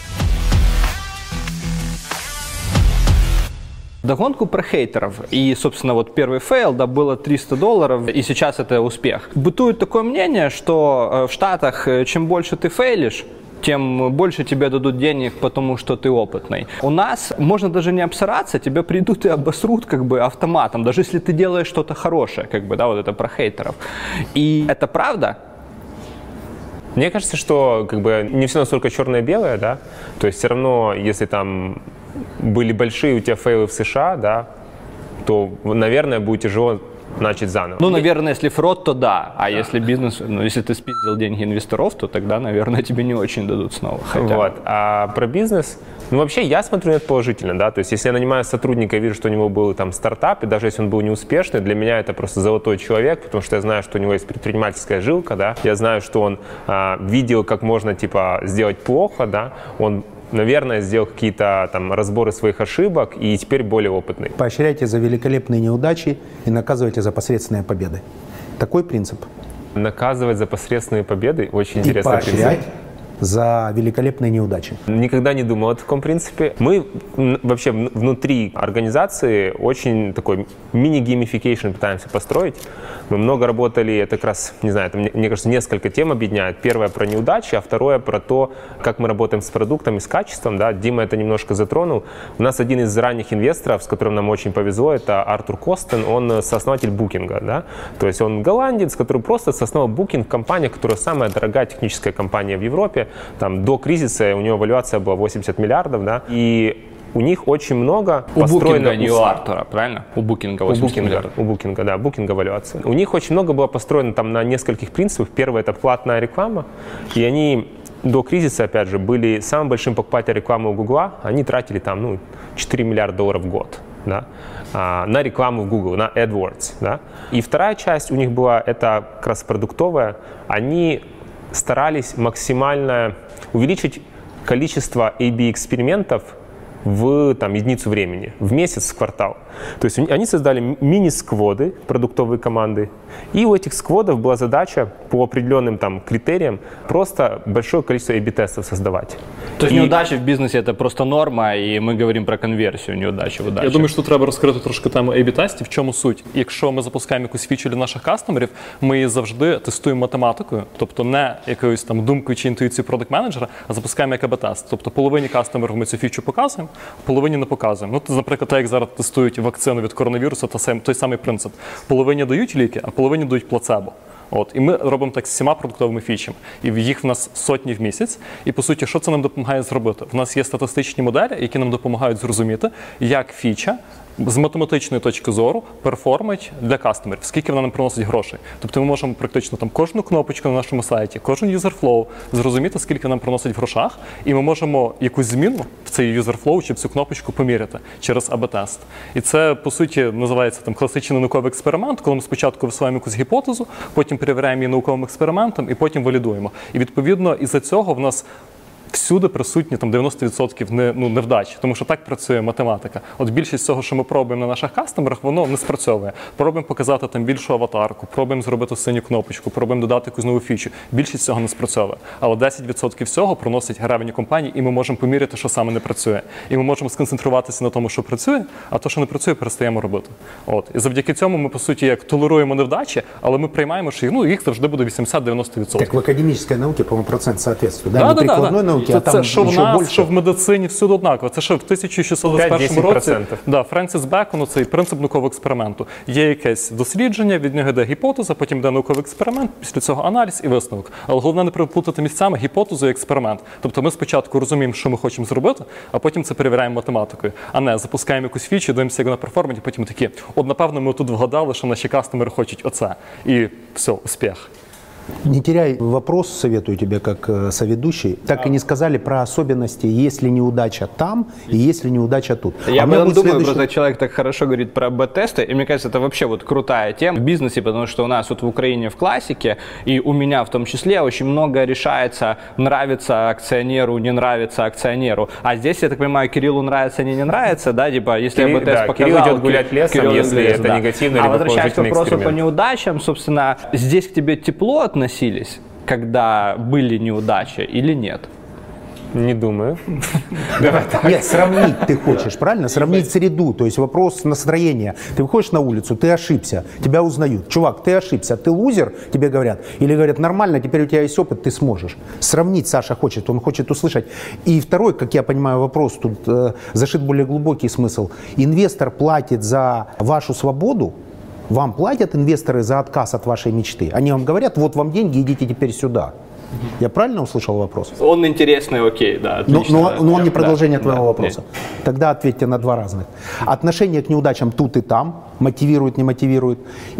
Догонку про хейтеров. И, собственно, вот первый фейл, да, было триста долларов, и сейчас это успех. Бытует такое мнение, что в Штатах чем больше ты фейлишь, тем больше тебе дадут денег, потому что ты опытный. У нас можно даже не обсираться, тебе придут и обосрут как бы автоматом, даже если ты делаешь что-то хорошее, как бы, да, вот это про хейтеров. И это правда? Мне кажется, что как бы не все настолько черное-белое, да, то есть все равно, если там были большие у тебя фейлы в США, да, то, наверное, будет тяжело начать заново. Ну, наверное, если фрод, то да, а да. если бизнес, ну, если ты спиздил деньги инвесторов, то тогда, наверное, тебе не очень дадут снова. Хотя... Вот, а про бизнес, ну, вообще, я смотрю на это положительно, да, то есть, если я нанимаю сотрудника и вижу, что у него был там стартап, и даже если он был неуспешный, для меня это просто золотой человек, потому что я знаю, что у него есть предпринимательская жилка, да, я знаю, что он а, видел, как можно, типа, сделать плохо, да, он наверное, сделал какие-то там разборы своих ошибок и теперь более опытный. Поощряйте за великолепные неудачи и наказывайте за посредственные победы. Такой принцип. Наказывать за посредственные победы очень и интересный поощрять принцип. За великолепные неудачи. Никогда не думал о таком принципе. Мы вообще внутри организации очень такой мини-геймификейшн пытаемся построить. Мы много работали, это как раз, не знаю, это, мне кажется, несколько тем объединяет. Первое про неудачи, а второе про то, как мы работаем с продуктом и с качеством. Да? Дима это немножко затронул. У нас один из ранних инвесторов, с которым нам очень повезло, это Артур Костен, он сооснователь Букинга. Да? То есть он голландец, который просто соосновал Booking, компания, которая самая дорогая техническая компания в Европе. Там, до кризиса у него валюация была восемьдесят миллиардов, да, и у них очень много у построено... Букинга, не у Артура, правильно? У Букинга восемьдесят миллиардов. У Букинга, да, Букинга валюация. У них очень много было построено там на нескольких принципах. Первое – это платная реклама, и они до кризиса, опять же, были самым большим покупателем рекламы у Гугла. Они тратили там, ну, четыре миллиарда долларов в год. Да, на рекламу в Google, на AdWords. Да. И вторая часть у них была, это как раз продуктовая, они старались максимально увеличить количество эй би-экспериментов в там, единицу времени, в месяц, в квартал. То есть они создали мини-скводы, продуктовые команды, и у этих скводов была задача по определенным там, критериям просто большое количество эй би-тестов создавать. То есть і... неудачи в бізнесі – це просто норма, і ми говоримо про конверсію неудачі в удачі. Я думаю, що треба розкрити трошки тему ей бі-тестів. В чому суть? Якщо ми запускаємо якусь фічу для наших кастомерів, ми її завжди тестуємо математикою, тобто не якоюсь там думкою чи інтуїцією продакт-менеджера, а запускаємо як ей бі-тест. Тобто половині кастомерів ми цю фічу показуємо, половині не показуємо. Ну, наприклад, так як зараз тестують вакцину від коронавірусу, то той самий принцип. Половині дають ліки, а половині дають плацебо. От, і ми робимо так з всіма продуктовими фічами. І їх в нас сотні в місяць. І, по суті, що це нам допомагає зробити? В нас є статистичні моделі, які нам допомагають зрозуміти, як фіча з математичної точки зору перформить для кастомерів, скільки вона нам приносить грошей. Тобто ми можемо практично там кожну кнопочку на нашому сайті, кожен юзерфлоу зрозуміти, скільки нам приносить в грошах, і ми можемо якусь зміну в цей юзерфлоу чи в цю кнопочку поміряти через ей бі-тест. І це, по суті, називається там класичний науковий експеримент, коли ми спочатку висуваємо якусь гіпотезу, потім перевіряємо її науковим експериментом і потім валідуємо. І відповідно із-за цього в нас всюди присутні там дев'яносто відсотків не, ну, невдачі, тому що так працює математика. От більшість цього, що ми пробуємо на наших кастомерах, воно не спрацьовує. Пробуємо показати там більшу аватарку, пробуємо зробити синю кнопочку, пробуємо додати якусь нову фічу. Більшість цього не спрацьовує. Але десять відсотків всього проносить ревеню компанії, і ми можемо поміряти, що саме не працює. І ми можемо сконцентруватися на тому, що працює, а то, що не працює, перестаємо робити. От. І завдяки цьому ми, по суті, як толеруємо невдачі, але ми приймаємо, що ну, їх завжди буде вісімдесят-дев'яносто відсотків. Так в академической науке, по-моему, процент соответствует. Да, да, не да, прикладной да, науке, да. а там це що в нас, більше. що в медицині, всюди однаково. Це ще в тисяча шістсот двадцять першому році да, Френсіс Бекон, цей принцип наукового експерименту. Є якесь дослідження, від нього йде гіпотеза, потім йде науковий експеримент, після цього аналіз і висновок. Але головне не переплутати місцями гіпотезу і експеримент. Тобто ми спочатку розуміємо, що ми хочемо зробити, а потім це перевіряємо математикою. А не запускаємо якусь фічу, дивимося, як вона перформить, і потім такі, от напевно ми тут вгадали, що наші кастомери хочуть оце. І все, успіх. Не теряй вопрос, советую тебе как э, соведущий. Так и не сказали про особенности, есть ли неудача там и есть ли неудача тут. Я а об этом думаю, следующий... просто человек так хорошо говорит про б-тесты, и мне кажется, это вообще вот крутая тема в бизнесе, потому что у нас вот в Украине в классике, и у меня в том числе, очень много решается, нравится акционеру, не нравится акционеру. А здесь, я так понимаю, Кириллу нравится, не не нравится, да, типа, если Кирилл, я бы тест да, показал... Кирилл идет гулять лесом, Кирилл если лес, это да. негативный а либо возвращаясь к положительный вопросу эксперимент. по неудачам, собственно, здесь к тебе тепло относились, когда были неудачи или нет? Не думаю. Нет, сравнить ты хочешь, правильно? Сравнить среду, то есть вопрос настроения. Ты выходишь на улицу, ты ошибся, тебя узнают. Чувак, ты ошибся, ты лузер, тебе говорят. Или говорят, нормально, теперь у тебя есть опыт, ты сможешь. Сравнить Саша хочет, он хочет услышать. И второй, как я понимаю, вопрос, тут э, зашит более глубокий смысл. Инвестор платит за вашу свободу, вам платят инвесторы за отказ от вашей мечты. Они вам говорят, вот вам деньги, идите теперь сюда. Я правильно услышал вопрос? Он интересный, окей, да, отлично. Но, но, но он не продолжение да, твоего да, вопроса. нет. Тогда ответьте на два разных. Отношение к неудачам тут и там, мотивирует, не мотивирует.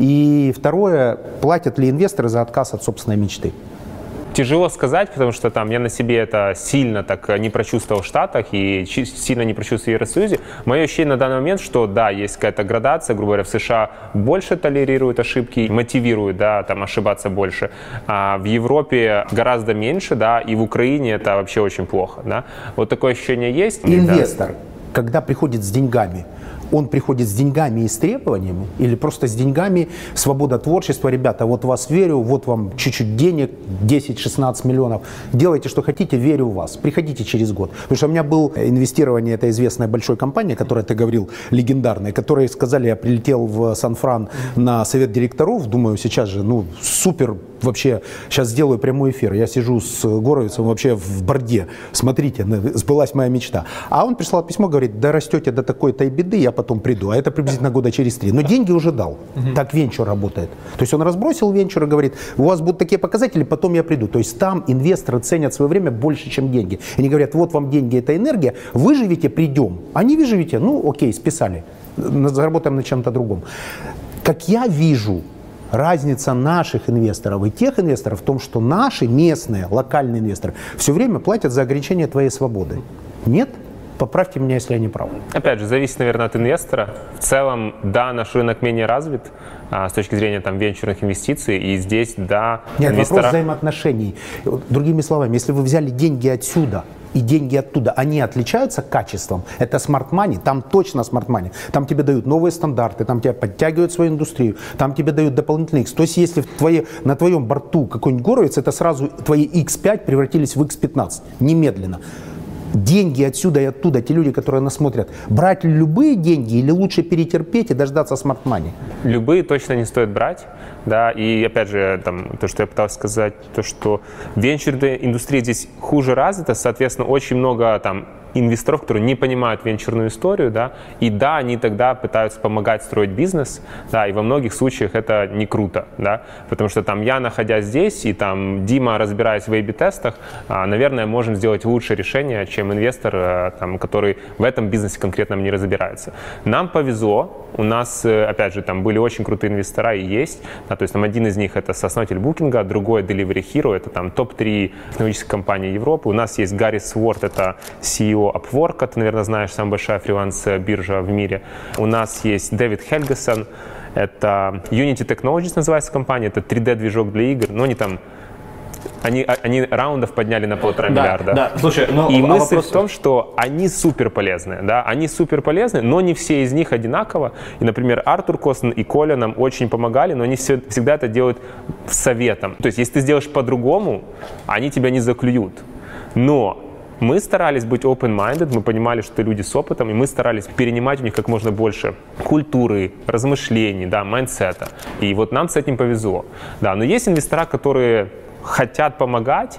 И второе, платят ли инвесторы за отказ от собственной мечты? Тяжело сказать, потому что там я на себе это сильно так не прочувствовал в Штатах и сильно не прочувствовал в Евросоюзе. Мое ощущение на данный момент, что да, есть какая-то градация, грубо говоря, в США больше толерируют ошибки, мотивируют, да, там ошибаться больше. А в Европе гораздо меньше, да, и в Украине это вообще очень плохо, да. Вот такое ощущение есть. Инвестор, да. когда приходит с деньгами, он приходит с деньгами и с требованиями или просто с деньгами, свобода творчества, ребята, вот в вас верю, вот вам чуть-чуть денег, десять-шестнадцать миллионов, делайте, что хотите, верю в вас, приходите через год. Потому что у меня было инвестирование, это известная большой компания, которая ты говорил, легендарная, которые сказали, я прилетел в Сан-Фран на совет директоров, думаю, сейчас же, ну, супер, вообще, сейчас сделаю прямой эфир, я сижу с Горовицем вообще в борде, смотрите, сбылась моя мечта. А он прислал письмо, говорит, да растете до такой-то беды, я потом приду, а это приблизительно года через три. Но деньги уже дал. Uh-huh. Так венчур работает. То есть он разбросил венчур и говорит, у вас будут такие показатели, потом я приду. То есть там инвесторы ценят свое время больше, чем деньги. Они говорят, вот вам деньги, это энергия, выживете, придем. А не выживете, ну окей, списали, заработаем на чем-то другом. Как я вижу, разница наших инвесторов и тех инвесторов в том, что наши местные, локальные инвесторы все время платят за ограничение твоей свободы. Нет? Поправьте меня, если я не прав. Опять же, зависит, наверное, от инвестора. В целом, да, наш рынок менее развит а, с точки зрения там, венчурных инвестиций, и здесь, да, Нет, инвестора... вопрос взаимоотношений. Другими словами, если вы взяли деньги отсюда и деньги оттуда, они отличаются качеством? Это смарт-мани, там точно смарт-мани. Там тебе дают новые стандарты, там тебя подтягивают свою индустрию, там тебе дают дополнительный X. То есть, если в твое, на твоем борту какой-нибудь Горовец, это сразу твои икс пять превратились в икс пятнадцать. Немедленно. Деньги отсюда и оттуда, те люди, которые нас смотрят, брать любые деньги или лучше перетерпеть и дождаться смарт-мани? Любые точно не стоит брать, да, и опять же, там, то, что я пытался сказать, то, что венчурная индустрия здесь хуже развита, соответственно, очень много там инвесторов, которые не понимают венчурную историю, да, и да, они тогда пытаются помогать строить бизнес, да, и во многих случаях это не круто, да, потому что там я, находясь здесь, и там Дима, разбираясь в эй би-тестах, наверное, можем сделать лучшее решение, чем инвестор, там, который в этом бизнесе конкретном не разбирается. Нам повезло, у нас, опять же, там были очень крутые инвестора и есть, да, то есть там один из них это сооснователь Booking, другой Delivery Hero, это там топ три технологических компаний Европы, у нас есть Гарри Сворд, это си и о Upwork, ты, наверное, знаешь, самая большая фриланс-биржа в мире. У нас есть Дэвид Хельгесон, это Unity Technologies называется компания, это три дэ-движок для игр, но они там они, они раундов подняли на полтора да, миллиарда. Да, слушай, ну, и а мысль вопрос... в том, что они супер полезны, да, они супер полезны, но не все из них одинаково. И, например, Артур Костен и Коля нам очень помогали, но они все, всегда это делают советом. То есть, если ты сделаешь по-другому, они тебя не заклюют. Но мы старались быть open-minded, мы понимали, что люди с опытом, и мы старались перенимать у них как можно больше культуры, размышлений, да, майндсета. И вот нам с этим повезло. Да, но есть инвестора, которые хотят помогать,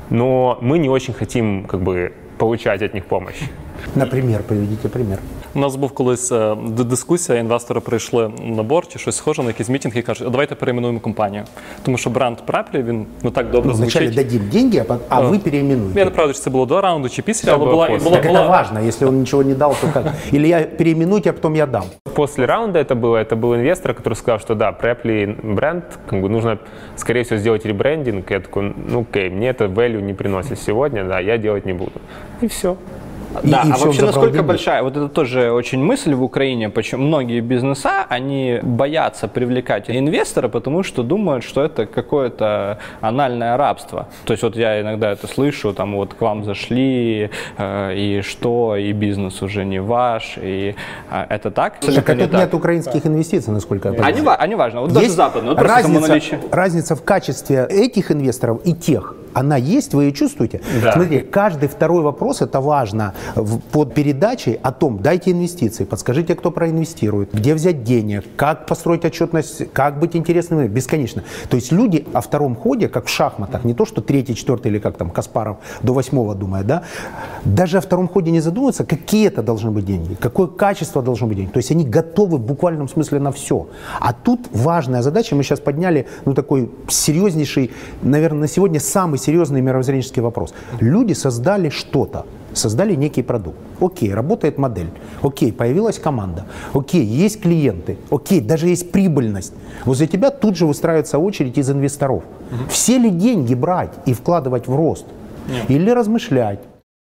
но мы не очень хотим как бы получать от них помощь. Например, приведите пример. У нас був колись е, дискусія, інвестори прийшли на борт чи щось схоже на якийсь мітинг і кажуть, а давайте перейменуємо компанію. Тому що бренд Preply, він не так добре Ну, звучить. вначале дадим деньги, а, а вы переименуете. Я не правда, чи це було до раунду чи після, але було була, після. була, Так була, это важно, если он ничего не дал, то как? Или я переименуйте, а потом я дам. После раунда это было, это был инвестор, который сказал, что да, Preply бренд, как бы нужно, скорее всего, сделать ребрендинг. Я такой, ну окей, мне это value не приносит сегодня, да, я делать не буду. И все. Да, И- и а всё, вообще забрал насколько деньги. большая, вот это тоже очень мысль в Украине, почему многие бизнеса, они боятся привлекать инвестора, потому что думают, что это какое-то анальное рабство. То есть вот я иногда это слышу, там вот к вам зашли, э, и что, и бизнес уже не ваш, и э, это так? Так, а Не тут нет украинских инвестиций, насколько я понимаю. Они, ва- они важны, вот даже Есть западные, вот просто само разница, наличие. разница в качестве этих инвесторов и тех. Она есть, вы ее чувствуете? Да. Смотрите, каждый второй вопрос, это важно в- под передачей о том, дайте инвестиции, подскажите, кто проинвестирует, где взять денег, как построить отчетность, как быть интересным, бесконечно. То есть люди о втором ходе, как в шахматах, не то, что третий, четвертый или как там Каспаров до восьмого думает, да, даже о втором ходе не задумываются, какие это должны быть деньги, какое качество должно быть денег. То есть они готовы в буквальном смысле на все. А тут важная задача, мы сейчас подняли, ну, такой серьезнейший, наверное, на сегодня самый серьезный мировоззренческий вопрос. Люди создали что-то, создали некий продукт. Окей, работает модель. Окей, появилась команда. Окей, есть клиенты. Окей, даже есть прибыльность. Возле тебя тут же выстраивается очередь из инвесторов. Все ли деньги брать и вкладывать в рост? Или размышлять?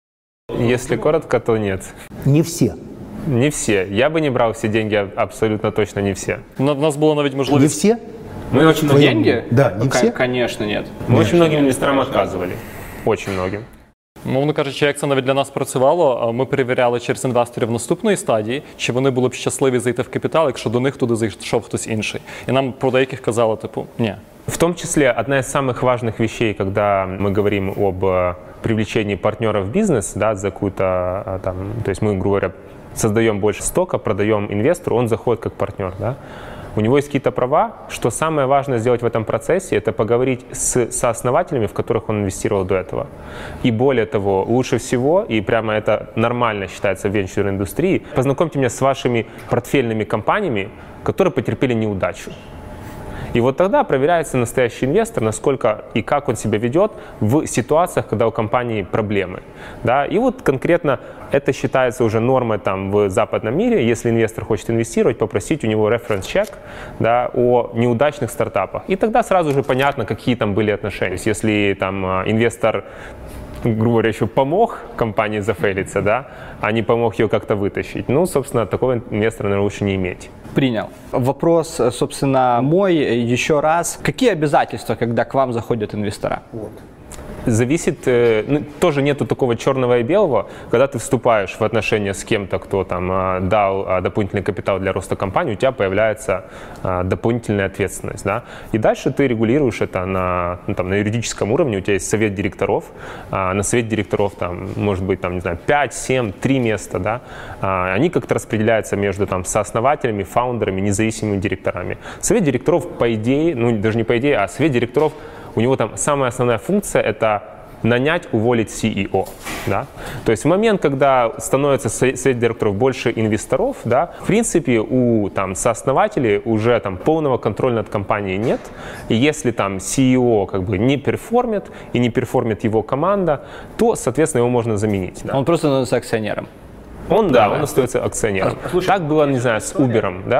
Если коротко, то нет. Не все. Не все. Я бы не брал все деньги, а- абсолютно точно не все. в нас було навіть Не можливість. все? Мы очень, Твои- Деньги? Да, не Ну, все. ко- Конечно, нет. мы очень многим инвесторам отказывали. Очень многим. Мовно кажучи, як це навіть для нас працювало, ми перевіряли через інвесторів наступної стадії, чи вони були б щасливі зайти в капітал, якщо до них туди зайшов хтось інший. І нам про деяких казали, типу, ні. В том числе, одна из самых важных вещей, когда мы говорим об э, привлечении партнера в бизнес, да, за какую-то, э, там, то есть мы, грубо говоря, создаем больше стока, продаем инвестору, он заходит как партнер, да. У него есть какие-то права, что самое важное сделать в этом процессе, это поговорить с сооснователями, в которых он инвестировал до этого. И более того, лучше всего, и прямо это нормально считается в венчурной индустрии, познакомьте меня с вашими портфельными компаниями, которые потерпели неудачу. И вот тогда проверяется настоящий инвестор, насколько и как он себя ведет в ситуациях, когда у компании проблемы. Да? И вот конкретно это считается уже нормой там, в западном мире. Если инвестор хочет инвестировать, попросить у него референс-чек, да, о неудачных стартапах. И тогда сразу же понятно, какие там были отношения. То есть, если там инвестор, грубо говоря, еще помог компании зафейлиться, да, а не помог ее как-то вытащить, ну, собственно, такого инвестора, наверное, лучше не иметь. Принял. Вопрос, собственно, мой еще раз. Какие обязательства, когда к вам заходят инвестора? Зависит, э, ну, тоже нету такого черного и белого, когда ты вступаешь в отношения с кем-то, кто там э, дал э, дополнительный капитал для роста компании, у тебя появляется э, дополнительная ответственность, да, и дальше ты регулируешь это на, ну, там, на юридическом уровне, у тебя есть совет директоров, э, на совет директоров там может быть, там, не знаю, пять, семь, три места, да, э, они как-то распределяются между там сооснователями, фаундерами, независимыми директорами. Совет директоров, по идее, ну, даже не по идее, а совет директоров, у него там самая основная функция – это нанять, уволить си и о. Да? То есть в момент, когда становится совет директоров больше инвесторов, да, в принципе, у там, сооснователей уже там, полного контроля над компанией нет. И если там си и о как бы, не перформит и не перформит его команда, то, соответственно, его можно заменить. Да? Он просто становится акционером. Он, да, он остается акционером. Слушай, так было, не знаю, с Uber, да?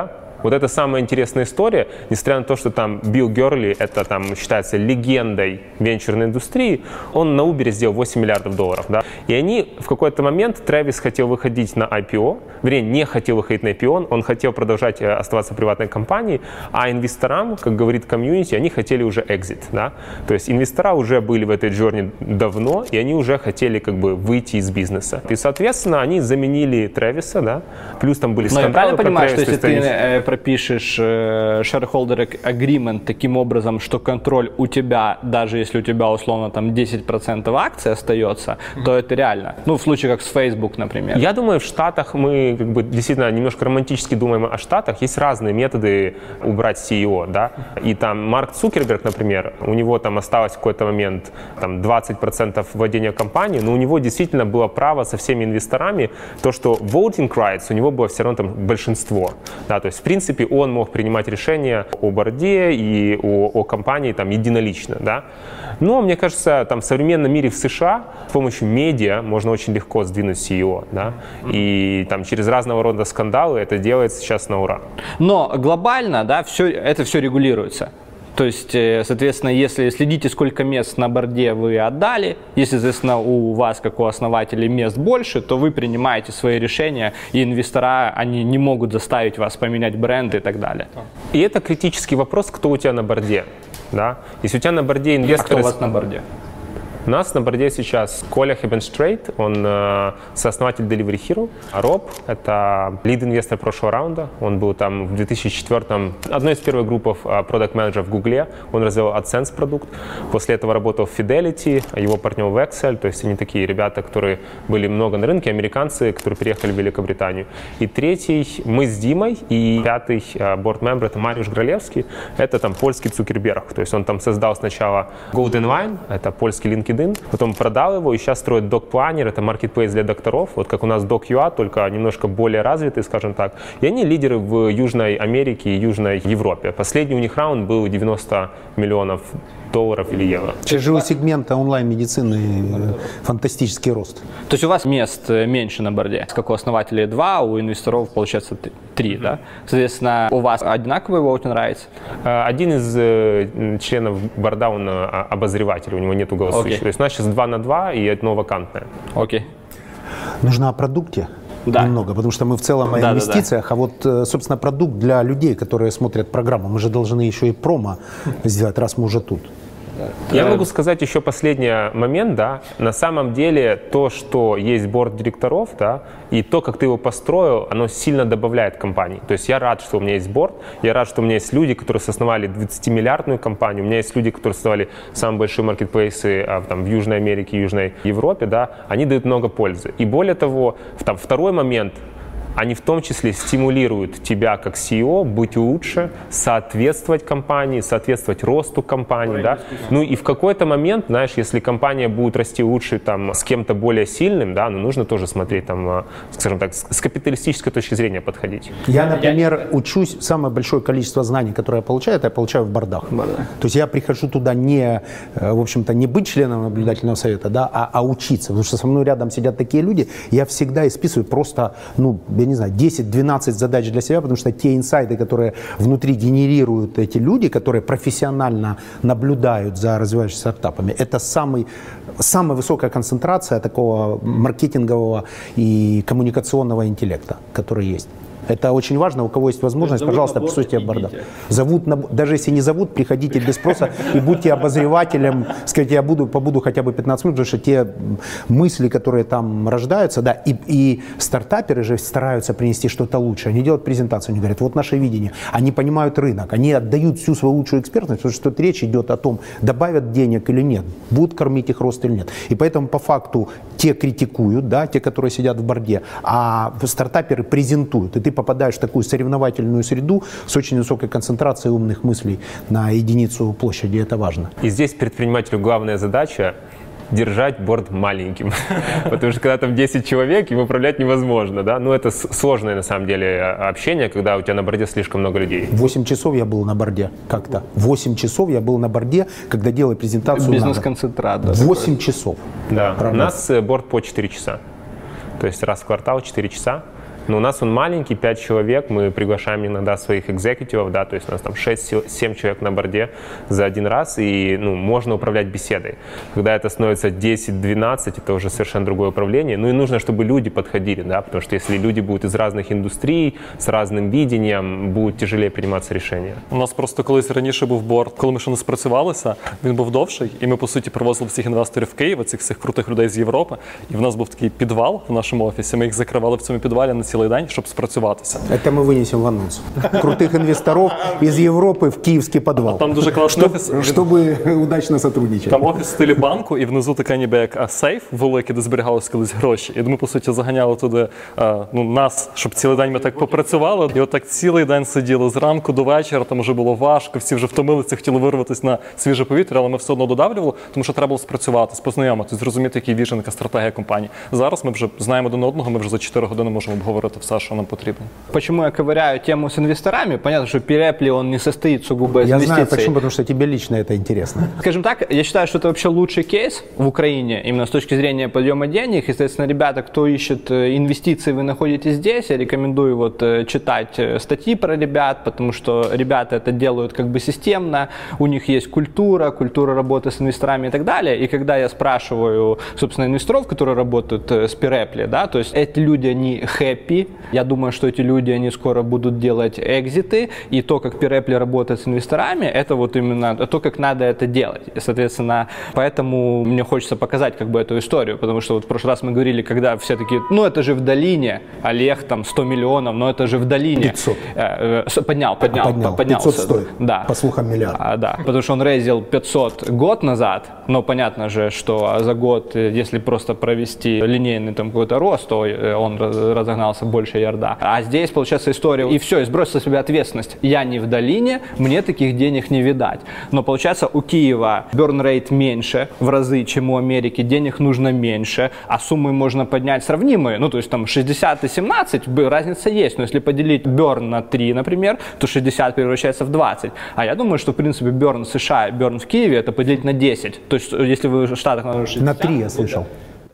Вот это самая интересная история, несмотря на то, что там Билл Герли, это там считается легендой венчурной индустрии, он на Uber сделал восемь миллиардов долларов, да, и они в какой-то момент, Трэвис хотел выходить на ай пи о, вернее, не хотел выходить на ай пи о, он хотел продолжать оставаться приватной компанией, а инвесторам, как говорит комьюнити, они хотели уже экзит, да, то есть инвестора уже были в этой джорни давно, и они уже хотели как бы выйти из бизнеса. И, соответственно, они заменили Трэвиса, да, плюс там были скандалы. Но я правильно про понимаю, Трэвиса, что если ты э, пропишешь э, shareholder agreement таким образом, что контроль у тебя, даже если у тебя условно там десять процентов акций остается, mm-hmm. то это реально. Ну, в случае как с Facebook, например. Я думаю, в Штатах мы как бы действительно немножко романтически думаем о Штатах. Есть разные методы убрать си и о, да. И там Марк Цукерберг, например, у него там осталось в какой-то момент там двадцать процентов владения компанией, но у него действительно было право со всеми инвесторами, то, что voting rights у него было все равно там большинство. Да, то есть, в принципе, он мог принимать решения о борде и о, о компании там единолично, да. Но, мне кажется, там в современном мире в США с помощью медиа можно очень легко сдвинуть си и о, да, и там через разного рода скандалы это делается сейчас на ура. Но глобально, да, все, это все регулируется. То есть, соответственно, если следите, сколько мест на борде вы отдали, если, соответственно, у вас, как у основателей, мест больше, то вы принимаете свои решения, и инвестора, они не могут заставить вас поменять бренд и так далее. И это критический вопрос, кто у тебя на борде. Да? Если у тебя на борде инвесторы... А кто у вас на борде? У нас на борде сейчас Коля Хебенштрейт, он э, сооснователь Delivery Hero. А Роб — это лид-инвестор прошлого раунда. Он был там в две тысячи четвёртом одной из первых групп продакт-менеджеров в Гугле. Он развил AdSense продукт. После этого работал в Fidelity, его партнер в Excel. То есть они такие ребята, которые были много на рынке, американцы, которые переехали в Великобританию. И третий мы с Димой. И пятый борд-мембер — это Мариуш Гралевский. Это там польский Цукерберг. То есть он там создал сначала Golden Wine, это польский LinkedIn, потом продал его и сейчас строит DocPlanner, это маркетплейс для докторов, вот как у нас Doc.ua, только немножко более развитый, скажем так. И они лидеры в Южной Америке и Южной Европе. Последний у них раунд был девяносто миллионов долларов или евро. Тяжелый сегмент онлайн-медицины, фантастический рост. То есть у вас мест меньше на борде, как у основателей два, у инвесторов получается три, mm-hmm. да? Соответственно, у вас одинаковый voting rights? Один из э, членов борда, он э, обозреватель, у него нету голосующих. Okay. То есть у нас сейчас два на два и одно вакантное. Окей. Okay. Нужно о продукте. Да. Немного, потому что мы в целом о да, инвестициях, да, да. а вот, собственно, продукт для людей, которые смотрят программу, мы же должны еще и промо сделать, раз мы уже тут. Я могу сказать еще последний момент, да, на самом деле то, что есть борд директоров, да, и то, как ты его построил, оно сильно добавляет компании. То есть я рад, что у меня есть борд, я рад, что у меня есть люди, которые основали двадцатимиллиардную компанию, у меня есть люди, которые основали самые большие маркетплейсы там, в Южной Америке, Южной Европе, да, они дают много пользы. И более того, там, второй момент, они в том числе стимулируют тебя как си и о быть лучше, соответствовать компании, соответствовать росту компании. Да? Ну и в какой-то момент, знаешь, если компания будет расти лучше там, с кем-то более сильным, да, ну, нужно тоже смотреть, там, скажем так, с капиталистической точки зрения подходить. Я, например, учусь, самое большое количество знаний, которое я получаю, это я получаю в бордах. Борда. То есть я прихожу туда не, в общем-то, не быть членом наблюдательного совета, да, а, а учиться, потому что со мной рядом сидят такие люди, я всегда исписываю просто, ну, я не знаю, десять-двенадцать задач для себя, потому что те инсайты, которые внутри генерируют эти люди, которые профессионально наблюдают за развивающимися стартапами, это самый, самая высокая концентрация такого маркетингового и коммуникационного интеллекта, который есть. Это очень важно. У кого есть возможность, пожалуйста, присутствуйте в бордах. Зовут, на, даже если не зовут, приходите без спроса и будьте обозревателем. Скажите, я буду, побуду хотя бы пятнадцать минут, потому что те мысли, которые там рождаются, да, и, и стартаперы же стараются принести что-то лучшее. Они делают презентацию, они говорят, вот наше видение. Они понимают рынок, они отдают всю свою лучшую экспертность, потому что тут речь идет о том, добавят денег или нет, будут кормить их рост или нет. И поэтому по факту те критикуют, да, те, которые сидят в борде, а стартаперы презентуют. И ты попадаешь в такую соревновательную среду с очень высокой концентрацией умных мыслей на единицу площади. Это важно. И здесь предпринимателю главная задача держать борд маленьким. Потому что когда там десять человек, им управлять невозможно. Да? Ну, это сложное, на самом деле, общение, когда у тебя на борде слишком много людей. восемь часов я был на борде как-то. восемь часов я был на борде, когда делал презентацию. Бизнес-концентрат. Да, восемь часов. Да, у нас борд по четыре часа. То есть раз в квартал четыре часа. Но у нас он маленький, пять человек, мы приглашаем иногда своих экзекутивов, да, то есть у нас там шесть-семь человек на борде за один раз, и ну, можно управлять беседой. Когда это становится десять-двенадцать, это уже совершенно другое управление. Ну и нужно, чтобы люди подходили, да, потому что если люди будут из разных индустрий, с разным видением, будет тяжелее прийматися рішення. У нас просто колись раніше був борд, коли ми ще не спрацювалися, він був довший, і ми, по суті, привозили всіх інвесторів в Київ, цих всіх крутих людей з Європи, і в нас був такий підвал в нашому офісі, ми їх закривали в цьому підвалі на цілий день, щоб спрацюватися. Это мы вынесем в анонс. Крутых инвесторов из Европы в киевский подвал. Там дуже класний офіс. Чтобы удачно сотрудничать. Там офіс в стилі банку, і внизу така ніби як сейф великий, де зберігалися колись гроші. І ми, по суті, заганяли туди ну, нас, щоб цілий день ми так попрацювали. І отак цілий день сиділи зранку до вечора, там вже було важко, всі вже втомилися, хотіли вирватися на свіже повітря, але ми все одно додавлювали, тому що треба було спрацювати, познайомитися, зрозуміти, який віжен, яка стратегія компанії. Зараз ми вже знаємо один одного, ми вже за чотири години можемо обговорити все, що нам потрібно. Почему я ковыряю тему с инвесторами? Понятно, что Перепли, он не состоит сугубо из я инвестиций. Я знаю, почему, потому что тебе лично это интересно. Скажем так, я считаю, что это вообще лучший кейс в Украине, именно с точки зрения подъема денег. И, соответственно, ребята, кто ищет инвестиции, вы находитесь здесь. Я рекомендую вот читать статьи про ребят, потому что ребята это делают как бы системно, у них есть культура, культура работы с инвесторами и так далее. И когда я спрашиваю, собственно, инвесторов, которые работают с Перепли, да, то есть эти люди, они happy, я думаю, что эти люди, они скоро будут делать экзиты, и то, как Перепли работает с инвесторами, это вот именно то, как надо это делать. И, соответственно, поэтому мне хочется показать как бы эту историю, потому что вот в прошлый раз мы говорили, когда все такие, ну это же в долине, Олег там сто миллионов, но это же в долине. пятьсот. Э, э, поднял, поднял, поднял. поднялся. пятьсот стоит, да. По слухам миллиард. А, да, потому что он рейзил пятьсот год назад, но понятно же, что за год, если просто провести линейный там какой-то рост, то он разогнался больше ярда. А здесь получается история, и все, и сбросил с себя ответственность. Я не в долине, мне таких денег не видать. Но получается у Киева burn rate меньше в разы, чем у Америки, денег нужно меньше, а суммы можно поднять сравнимые, ну то есть там шестьдесят и семнадцать, разница есть, но если поделить burn на три, например, то шестьдесят превращается в двадцать. А я думаю, что в принципе burn в США и burn в Киеве это поделить на десять. То есть если вы в Штатах на шестьдесят. На три я слышал.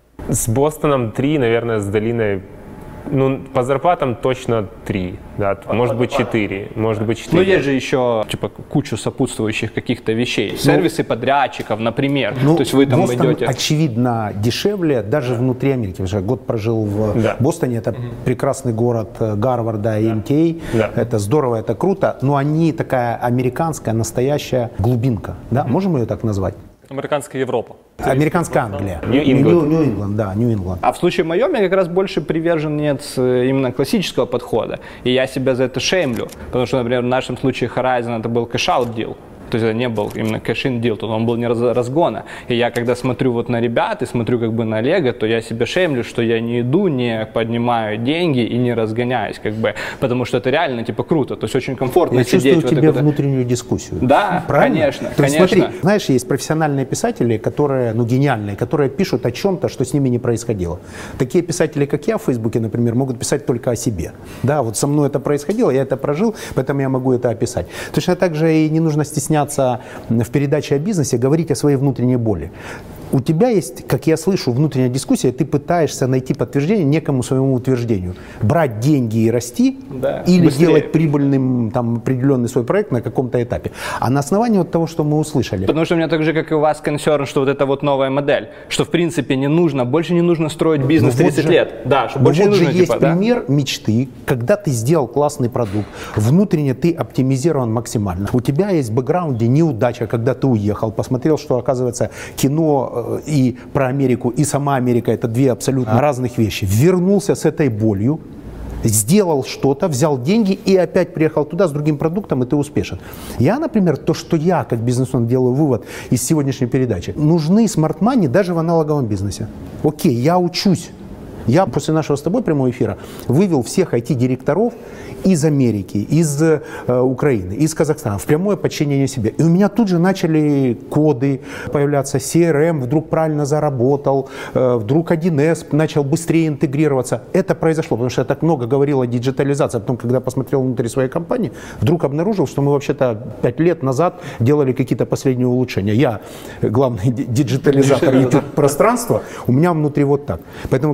С Бостоном три, наверное, с долиной, ну, по зарплатам точно три, да, может быть четыре, может быть четыре. Но есть же еще, типа, кучу сопутствующих каких-то вещей. Сервисы ну, подрядчиков, например. Ну, то есть вы там Бостон, идете... очевидно, дешевле даже да. внутри Америки. Потому что год прожил в да. Бостоне, это угу. прекрасный город Гарварда и эм ти эй. Да. Это здорово, это круто, но они такая американская, настоящая глубинка. Да? Угу. Можем ее так назвать? Американская Европа. Американская Англия. Нью-Ингланд. Да, Нью-Ингланд. А в случае моем я как раз больше приверженец именно классического подхода. И я себя за это шеймлю. Потому что, например, в нашем случае Horizon это был кэш-аут дил. То есть это не был именно кэш-ин дил, он был не раз, разгона. И я когда смотрю вот на ребят и смотрю как бы на Олега, то я себя шеймлю, что я не иду, не поднимаю деньги и не разгоняюсь, как бы, потому что это реально типа круто. То есть очень комфортно я сидеть. Я чувствую в тебе этой... внутреннюю дискуссию. Да, правильно? конечно, То есть, конечно. Смотри, знаешь, есть профессиональные писатели, которые, ну, гениальные, которые пишут о чем-то, что с ними не происходило. Такие писатели, как я в Фейсбуке, например, могут писать только о себе. Да, вот со мной это происходило, я это прожил, поэтому я могу это описать. Точно так же и не нужно стесняться в передаче о бизнесе говорить о своей внутренней боли. У тебя есть, как я слышу, внутренняя дискуссия, ты пытаешься найти подтверждение некому своему утверждению. Брать деньги и расти, да, или быстрее делать прибыльным там, определенный свой проект на каком-то этапе. А на основании вот того, что мы услышали. Потому что у меня так же, как и у вас, консерн, что вот это вот новая модель, что в принципе не нужно, больше не нужно строить бизнес ну, тридцать вот лет. Да, что больше вот не нужно, же есть типа, пример да? мечты, когда ты сделал классный продукт, внутренне ты оптимизирован максимально. У тебя есть в бэкграунде неудача, когда ты уехал, посмотрел, что оказывается кино и про Америку, и сама Америка — это две абсолютно разных вещи. Вернулся с этой болью, сделал что-то, взял деньги и опять приехал туда с другим продуктом, и ты успешен. Я, например, то, что я как бизнесмен делаю вывод из сегодняшней передачи, нужны смарт-мани даже в аналоговом бизнесе. Окей, я учусь. Я после нашего с тобой прямого эфира вывел всех ай ти-директоров из Америки, из э, Украины, из Казахстана в прямое подчинение себе. И у меня тут же начали коды появляться, си эр эм вдруг правильно заработал, э, вдруг один эс начал быстрее интегрироваться. Это произошло, потому что я так много говорил о диджитализации, а потом, когда посмотрел внутри своей компании, вдруг обнаружил, что мы вообще-то пять лет назад делали какие-то последние улучшения. Я главный диджитализатор YouTube-пространства, у меня внутри вот так. Поэтому, когда ты смотришь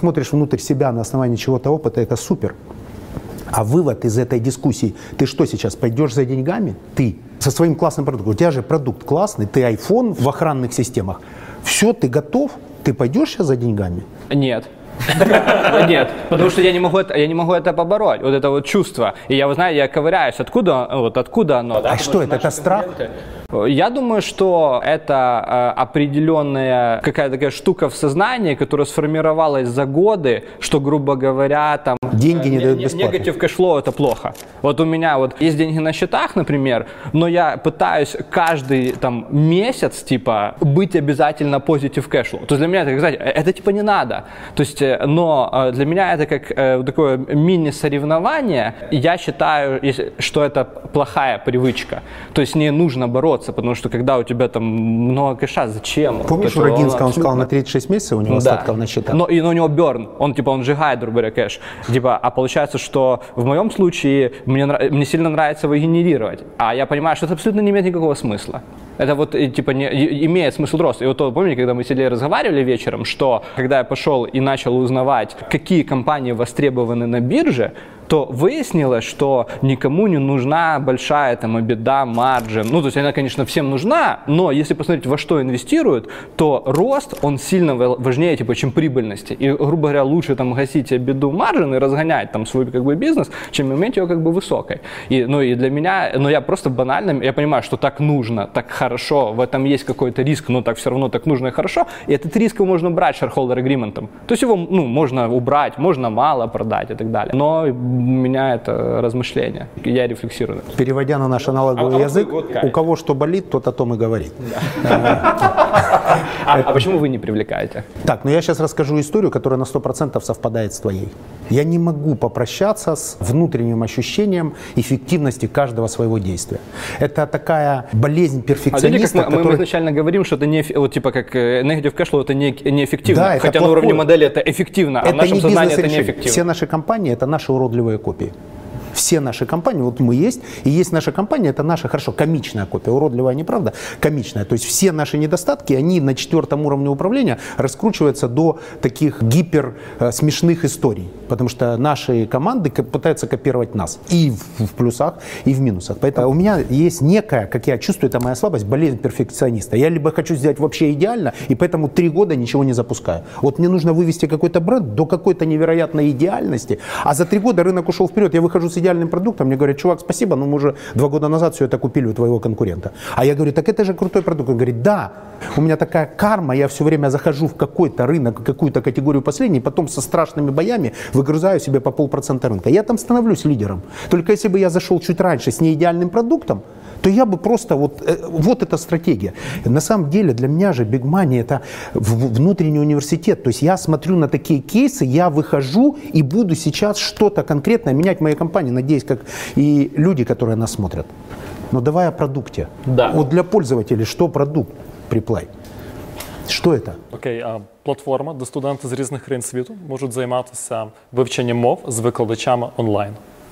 смотришь внутрь себя на основании чего-то опыта, это супер. А вывод из этой дискуссии, ты что сейчас, пойдешь за деньгами? Ты со своим классным продуктом. У тебя же продукт классный, ты iPhone в охранных системах. Все, ты готов? Ты пойдешь сейчас за деньгами? Нет. Нет, потому что я не могу это, я не могу это побороть, вот это вот чувство. И я, вы знаете, я ковыряюсь, откуда, вот откуда оно. Да? А что это? Это страх? Я думаю, что это э, определенная какая-то такая штука в сознании, которая сформировалась за годы, что, грубо говоря, там деньги не э, дают бесплатно. Негатив кэшфлоу — это плохо. Вот у меня вот есть деньги на счетах, например, но я пытаюсь каждый там месяц типа быть обязательно позитив кэшфлоу. То есть для меня это, как сказать, это типа не надо. То есть, но для меня это как э, такое мини-соревнование. Я считаю, что это плохая привычка. То есть не нужно бороться. Потому что когда у тебя там много кэша, зачем? Помнишь, у Рогинского он сказал, на тридцать шесть месяцев у него да. остатков на счетах? Но, и, но у него берн, он типа он сжигает, грубо говоря, кэш. Типа, а получается, что в моем случае мне, мне сильно нравится его генерировать, а я понимаю, что это абсолютно не имеет никакого смысла. Это вот типа не, имеет смысл роста. И вот то, помните, когда мы сидели и разговаривали вечером, что когда я пошел и начал узнавать, какие компании востребованы на бирже, то выяснилось, что никому не нужна большая там EBITDA, маржин. Ну, то есть она, конечно, всем нужна, но если посмотреть, во что инвестируют, то рост, он сильно важнее, типа, чем прибыльности. И, грубо говоря, лучше там гасить EBITDA, маржин и разгонять там свой как бы бизнес, чем иметь ее как бы высокой. И, ну, и для меня, ну, я просто банально, я понимаю, что так нужно, так хорошо, в этом есть какой-то риск, но так все равно так нужно и хорошо, и этот риск можно брать shareholder agreement. То есть его, ну, можно убрать, можно мало продать и так далее. Но у меня это размышление, я рефлексирую. Переводя на наш аналоговый а, язык, а у кого что болит, тот о том и говорит. А почему вы не привлекаете? Так, ну я сейчас расскажу историю, которая на сто процентов совпадает с твоей. Я не могу попрощаться с внутренним ощущением эффективности каждого своего действия. Это такая болезнь перфекциониста. А мы изначально говорим, что это не, вот типа как negative cash flow, это неэффективно, хотя на уровне модели это эффективно, а в нашем сознании это неэффективно. Все наши компании это наши уродливые копии. Все наши компании, вот мы есть, и есть наша компания, это наша, хорошо, комичная копия, уродливая, неправда, комичная. То есть все наши недостатки, они на четвертом уровне управления раскручиваются до таких гипер э, смешных историй, потому что наши команды пытаются копировать нас и в, в плюсах, и в минусах. Поэтому у меня есть некая, как я чувствую, это моя слабость, болезнь перфекциониста. Я либо хочу сделать вообще идеально, и поэтому три года ничего не запускаю. Вот мне нужно вывести какой-то бренд до какой-то невероятной идеальности, а за три года рынок ушел вперед, я выхожу с идеальным продуктом, мне говорят, чувак, спасибо, но мы уже два года назад все это купили у твоего конкурента. А я говорю, так это же крутой продукт. Он говорит, да, у меня такая карма, я все время захожу в какой-то рынок, какую-то категорию последней, потом со страшными боями выгрызаю себе по полпроцента рынка. Я там становлюсь лидером. Только если бы я зашел чуть раньше с неидеальным продуктом, то я бы просто, вот, вот эта стратегия. На самом деле для меня же Big Money это внутренний университет. То есть я смотрю на такие кейсы, я выхожу и буду сейчас что-то конкретное менять в моей компании. Надеюсь, как и люди, которые нас смотрят. Но давай о продукте. Да. Вот для пользователей, что продукт Preplay? Що це? Окей, а платформа, де студенти з різних країн світу можуть займатися вивченням мов з викладачами онлайн.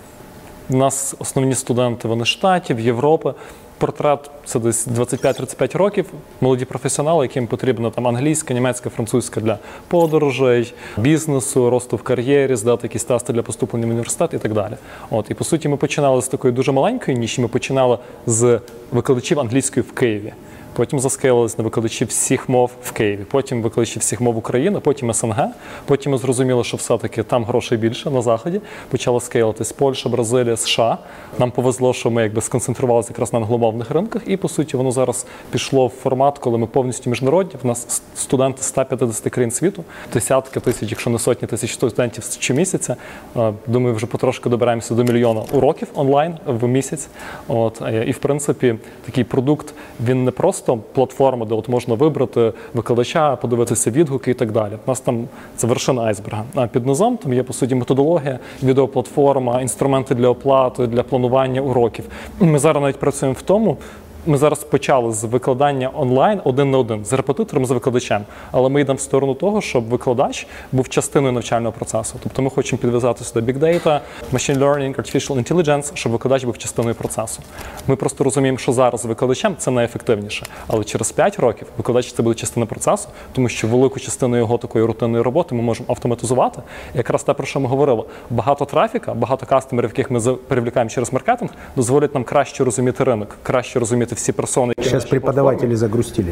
У нас основні студенти, вони Штатів, Європи. Портрет – це десь двадцять п'ять тридцять п'ять років, молоді професіонали, яким потрібна там англійська, німецька, французька для подорожей, бізнесу, росту в кар'єрі, здати якісь тести для поступлення в університет і так далі. От, і, по суті, ми починали з такої дуже маленької ніші, ми починали з викладачів англійської в Києві. Потім заскейлились на викладачів всіх мов в Києві, потім викладачів всіх мов України, потім ес ен ге, потім ми зрозуміли, що все-таки там грошей більше на Заході, почала скейлитись Польща, Бразилія, США. Нам повезло, що ми якби сконцентрувалися якраз на англомовних ринках, і, по суті, воно зараз пішло в формат, коли ми повністю міжнародні, в нас студенти з ста п'ятдесяти країн світу, десятки тисяч, якщо не сотні тисяч студентів щомісяця. Думаю, вже потрошки добираємося до мільйона уроків онлайн в місяць. От, і, в принципі, такий продукт, він не просто платформа, де от можна вибрати викладача, подивитися відгуки і так далі. У нас там це вершина айсберга. А під низом там є, по суті, методологія, відеоплатформа, інструменти для оплати, для планування уроків. Ми зараз навіть працюємо в тому, Ми зараз почали з викладання онлайн один на один з репетитором, з викладачем, але ми йдемо в сторону того, щоб викладач був частиною навчального процесу. Тобто ми хочемо підв'язати сюди Big Data, Machine Learning, Artificial Intelligence, щоб викладач був частиною процесу. Ми просто розуміємо, що зараз з викладачем це найефективніше, але через п'ять років викладач це буде частина процесу, тому що велику частину його такої рутинної роботи ми можемо автоматизувати. І якраз те, про що ми говорили, багато трафіка, багато кастомерів, яких ми привлікаємо через маркетинг, дозволять нам краще розуміти ринок, краще розуміти всі персони. Сейчас преподаватели загрустили.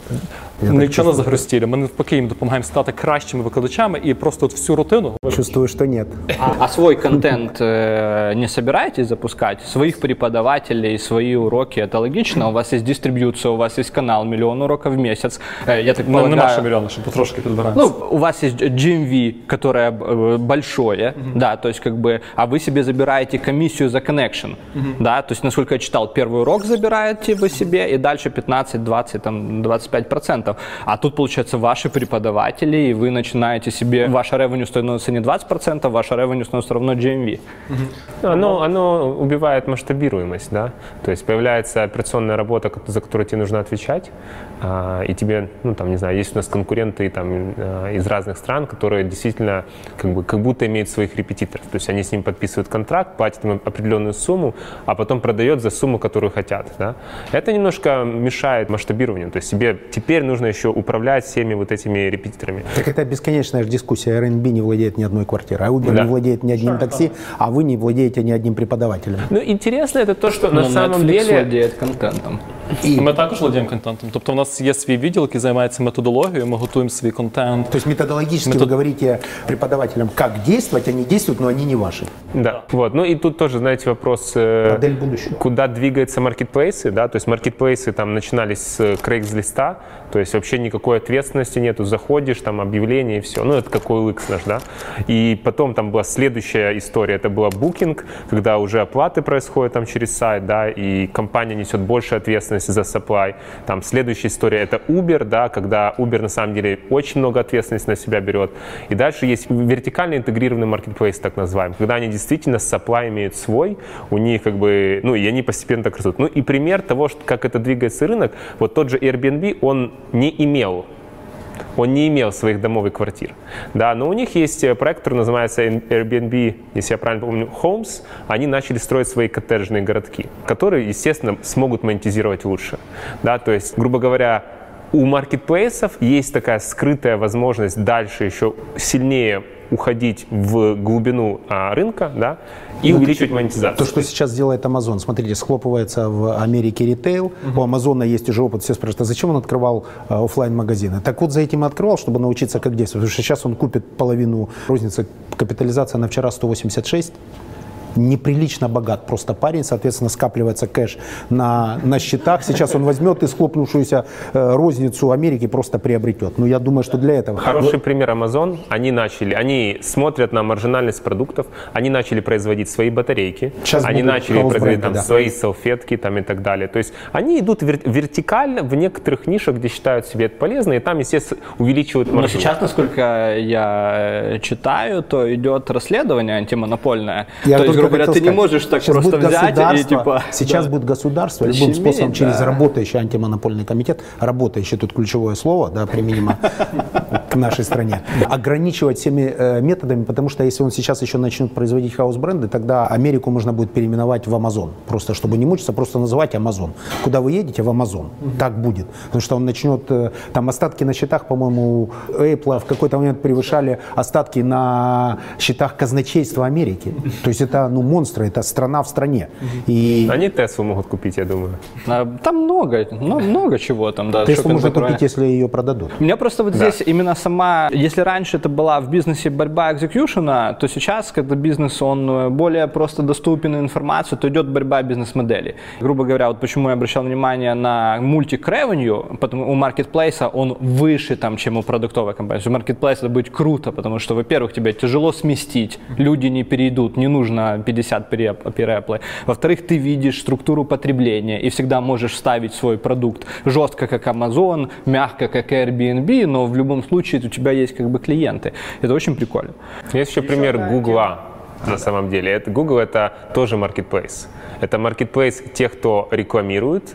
Нічого не загрустили. Ми навпаки їм допомагаємо стати кращими викладачами і просто от всю рутину. Чувствую, что нет. А, а свой контент э, не собираетесь запускать? Своих преподавателей, свои уроки? Это логично? У вас есть дистрибьюция, у вас есть канал, миллион уроков в месяц. Э, я так Ну, полагаю... нема ще мільйона, щоб потрошки підбираємося. Ну, у вас есть джи эм ви, которое э, большое, mm-hmm. да, то есть как бы, а вы себе забираете комиссию за connection, mm-hmm. да, то есть, насколько я читал, первый урок забираете вы себе, и дальше пятнадцать, двадцать, там, двадцать пять процентов. А тут, получается, ваши преподаватели, и вы начинаете себе, ваше ревеню становится не двадцать процентов, ваше ревеню становится равно джи эм ви. Mm-hmm. Оно, оно убивает масштабируемость, да, то есть появляется операционная работа, за которую тебе нужно отвечать, а, и тебе, ну, там, не знаю, есть у нас конкуренты там, из разных стран, которые действительно как бы, как будто имеют своих репетиторов, то есть они с ним подписывают контракт, платят им определенную сумму, а потом продают за сумму, которую хотят, да. Это немножко мешает масштабированию, то есть тебе теперь нужно еще управлять всеми вот этими репетиторами. Так это бесконечная же дискуссия. эр энд би не владеет ни одной квартирой, а Uber Да. не владеет ни одним такси, а вы не владеете ни одним преподавателем. Ну, интересно это то, что на Но самом Netflix деле... владеет контентом. И, Ми також володіємо контентом. Тобто в нас є свій відділ, який займається методологією, ми готуємо свій контент. то есть методологически Метод- вы говорите преподавателям, как действовать, они действуют, но они не ваши. Да, вот. Ну и тут тоже, знаете, вопрос, э, Модель будущего. куда двигаются маркетплейсы, да, то есть маркетплейсы там начинались с Craigslist, то есть вообще никакой ответственности нету, заходишь, там объявление и все, ну это как о эл икс наш, да, и потом там была следующая история, это была Booking, когда уже оплаты происходят там через сайт, да, и компания несет больше ответственности за supply, там следующая история это Uber, да, когда Uber на самом деле очень много ответственности на себя берет, и дальше есть вертикально интегрированный маркетплейс, так называемый, когда они действительно с supply имеют свой, у них как бы, ну и они постепенно так растут. Ну и пример того, что, как это двигается рынок, вот тот же Airbnb, он не имел Он не имел своих домов и квартир. Да, но у них есть проект, который называется Airbnb, если я правильно помню, Homes. Они начали строить свои коттеджные городки, которые, естественно, смогут монетизировать лучше. Да, то есть, грубо говоря, у маркетплейсов есть такая скрытая возможность дальше еще сильнее уходить в глубину а, рынка, да, и увеличивать монетизацию. То, что сейчас делает Amazon. Смотрите, схлопывается в Америке ритейл. Uh-huh. У Амазона есть уже опыт. Все спрашивают, а зачем он открывал а, офлайн-магазины? Так вот, за этим и открывал, чтобы научиться, как действовать. Потому что сейчас он купит половину розницы. Капитализация на вчера сто восемьдесят шесть. Неприлично богат просто парень, соответственно, скапливается кэш на, на счетах. Сейчас он возьмет и схлопнувшуюся э, розницу Америки просто приобретет. Но я думаю, что для этого... Хороший пример Amazon. Они начали, они смотрят на маржинальность продуктов, они начали производить свои батарейки, Сейчас они будут начали производить там, да. свои салфетки там, и так далее. То есть они идут вер- вертикально в некоторых нишах, где считают себе это полезно, и там, естественно, увеличивают маржу. Но сейчас, насколько я читаю, то идет расследование антимонопольное. Я то есть, грубо говоря, ты сказать, не можешь так сейчас просто будет взять и типа... Сейчас да. будет государство любым Защемить, способом через да. работающий антимонопольный комитет, работающий, тут ключевое слово, да, применимо к нашей стране, ограничивать всеми э, методами, потому что если он сейчас еще начнет производить хаус-бренды, тогда Америку можно будет переименовать в Amazon. Просто, чтобы не мучиться, просто называть Amazon. Куда вы едете? В Amazon. Mm-hmm. Так будет. Потому что он начнет, э, там остатки на счетах, по-моему, Apple в какой-то момент превышали остатки на счетах казначейства Америки. То есть это, ну, монстры, это страна в стране. И... Они Теслу могут купить, я думаю. А, Там много, ну, много чего там, да. Теслу что можно концептуально. купить, если ее продадут. У меня просто вот Да. здесь именно сама, если раньше это была в бизнесе борьба экзекьюшена, то сейчас, когда бизнес, он более просто доступен информацию, то идет борьба бизнес-моделей. Грубо говоря, вот почему я обращал внимание на мультик-ревенью, потому у маркетплейса он выше, там, чем у продуктовой компании. У маркетплейса это будет круто, потому что, во-первых, тебя тяжело сместить, люди не перейдут, не нужно пятьдесят переплей. Во-вторых, ты видишь структуру потребления и всегда можешь ставить свой продукт жестко, как Amazon, мягко, как Airbnb, но в любом случае у тебя есть как бы клиенты. Это очень прикольно. Есть еще пример Гугла на самом деле. Это, Google — это тоже маркетплейс. Это маркетплейс тех, кто рекламирует,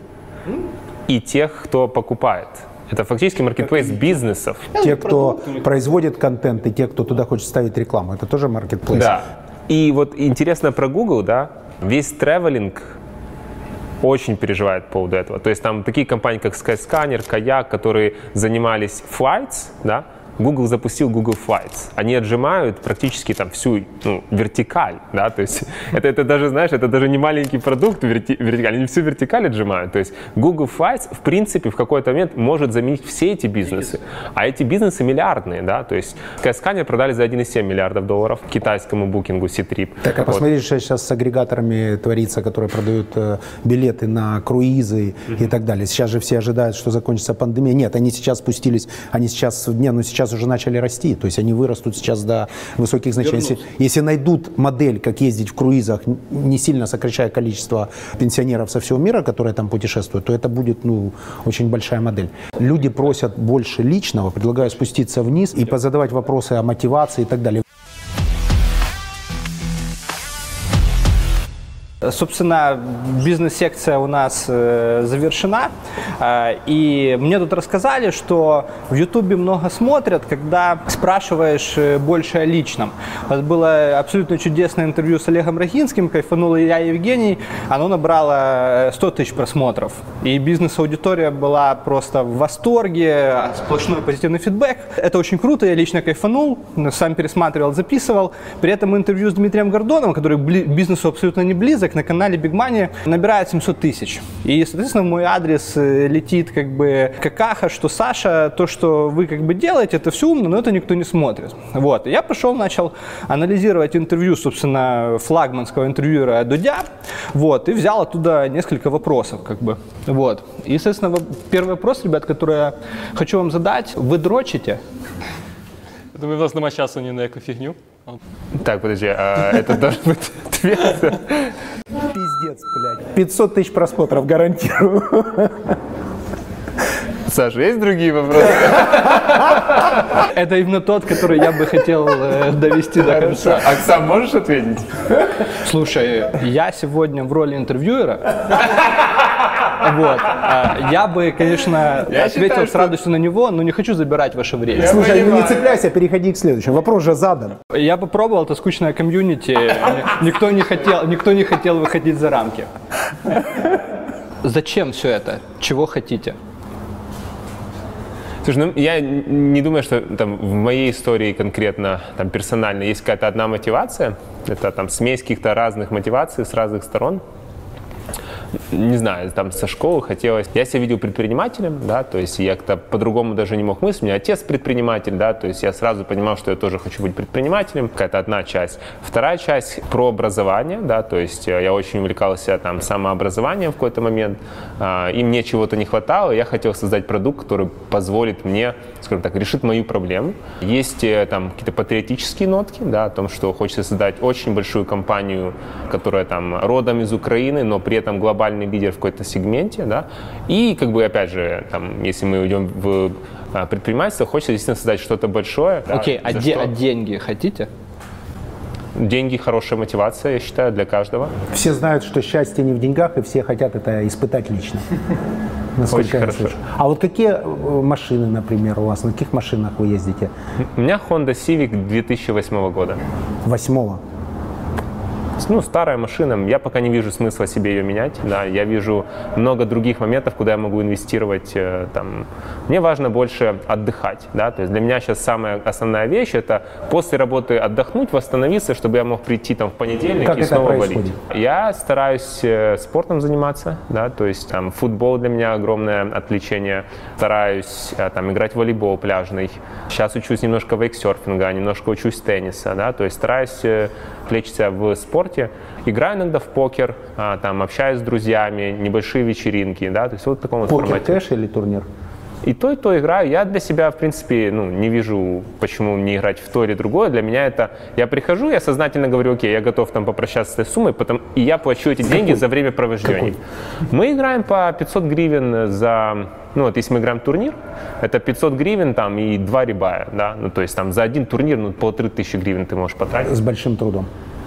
и тех, кто покупает. Это фактически маркетплейс бизнесов. Те, кто производит контент, и те, кто туда хочет ставить рекламу, это тоже маркетплейс. Да. И вот интересно про Google, да, весь тревелинг очень переживает по поводу этого. То есть там такие компании, как Skyscanner, Kayak, которые занимались flights, да, Google запустил Google Flights. Они отжимают практически там всю, ну, вертикаль, да, то есть это, это даже, знаешь, это даже не маленький продукт верти, вертикаль, они всю вертикаль отжимают. То есть Google Flights, в принципе, в какой-то момент может заменить все эти бизнесы, а эти бизнесы миллиардные, да, то есть Skyscanner продали за один и семь миллиардов долларов китайскому букингу Ctrip. Так, а вот. Посмотрите, что сейчас с агрегаторами творится, которые продают э, билеты на круизы mm-hmm. и так далее. Сейчас же все ожидают, что закончится пандемия. Нет, они сейчас спустились, они сейчас, не, ну сейчас уже начали расти, то есть они вырастут сейчас до высоких значений. Если, если найдут модель, как ездить в круизах, не сильно сокращая количество пенсионеров со всего мира, которые там путешествуют, то это будет, ну, очень большая модель. Люди просят больше личного, предлагаю спуститься вниз и позадавать вопросы о мотивации и так далее. Собственно, бизнес-секция у нас э, завершена, э, и мне тут рассказали, что в Ютубе много смотрят, когда спрашиваешь э, больше о личном. Вот было абсолютно чудесное интервью с Олегом Рогинским, кайфанула я и Евгений, оно набрало сто тысяч просмотров, и бизнес-аудитория была просто в восторге, сплошной позитивный фидбэк. Это очень круто, я лично кайфанул, сам пересматривал, записывал. При этом интервью с Дмитрием Гордоном, который к бизнесу абсолютно не близок, на канале Big Money набирает семьсот тысяч. И, соответственно, в мой адрес летит как бы какаха, что Саша, то, что вы как бы делаете, это все умно, но это никто не смотрит. Вот. И я пошел, начал анализировать интервью, собственно, флагманского интервьюера Дудя, вот, и взял оттуда несколько вопросов, как бы. Вот. И, соответственно, первый вопрос, ребят, который я хочу вам задать. Вы дрочите? Я думаю, у нас нема часу ні на яку фігню. Так, подожди, а это должен быть ответ? Пиздец, блядь. пятьсот тысяч просмотров, гарантирую. Саша, есть другие вопросы? Это именно тот, который я бы хотел э, довести до конца. Оксан, можешь ответить? Слушай, я сегодня в роли интервьюера. Вот. Я бы, конечно, я ответил считаю, с радостью что... на него, но не хочу забирать ваше время. Я Слушай, ну не цепляйся, переходи к следующему. Вопрос же задан. Я попробовал, это скучное комьюнити. Никто не хотел, никто не хотел выходить за рамки. Зачем все это? Чего хотите? Слушай, ну я не думаю, что там в моей истории конкретно, там персонально, есть какая-то одна мотивация. Это там смесь каких-то разных мотиваций с разных сторон. Не знаю, там со школы хотелось. Я себя видел предпринимателем, да, то есть я как-то по-другому даже не мог мыслить. У меня отец предприниматель, да, то есть я сразу понимал, что я тоже хочу быть предпринимателем. Какая-то одна часть. Вторая часть про образование, да, то есть я очень увлекался там самообразованием в какой-то момент, а, и мне чего-то не хватало, и я хотел создать продукт, который позволит мне, скажем так, решить мою проблему. Есть там какие-то патриотические нотки, да, о том, что хочется создать очень большую компанию, которая там родом из Украины, но при этом глобальный лидер в какой-то сегменте, да, и как бы опять же, там, если мы уйдем в предпринимательство, хочется действительно создать что-то большое. Окей, да, а, де- а деньги хотите? Деньги — хорошая мотивация, я считаю, для каждого. Все знают, что счастье не в деньгах, и все хотят это испытать лично. Очень хорошо. А вот какие машины, например, у вас? На каких машинах вы ездите? У меня Honda Civic две тысячи восьмого года. Восьмого? Ну, старая машина, я пока не вижу смысла себе ее менять, да, я вижу много других моментов, куда я могу инвестировать, там, мне важно больше отдыхать, да, то есть для меня сейчас самая основная вещь — это после работы отдохнуть, восстановиться, чтобы я мог прийти там в понедельник как и снова валить. Я стараюсь спортом заниматься, да, то есть там футбол для меня огромное отвлечение, стараюсь там играть в волейбол пляжный, сейчас учусь немножко вейксерфинга, немножко учусь тенниса, да, то есть стараюсь влечься в спорт. Играю иногда в покер, а, там, общаюсь с друзьями, небольшие вечеринки, да, то есть вот в таком вот покер, формате. Покер, кэш или турнир? И то, и то играю. Я для себя, в принципе, ну, не вижу, почему не играть в то или другое. Для меня это... Я прихожу, я сознательно говорю, окей, я готов там попрощаться с этой суммой, потом... и я плачу эти деньги за время провождения. Мы играем по пятьсот гривен за... Ну, вот если мы играем турнир, это пятьсот гривен там и два рибая, да, ну, то есть там за один турнир, ну, полторы тысячи гривен ты можешь потратить. С большим трудом.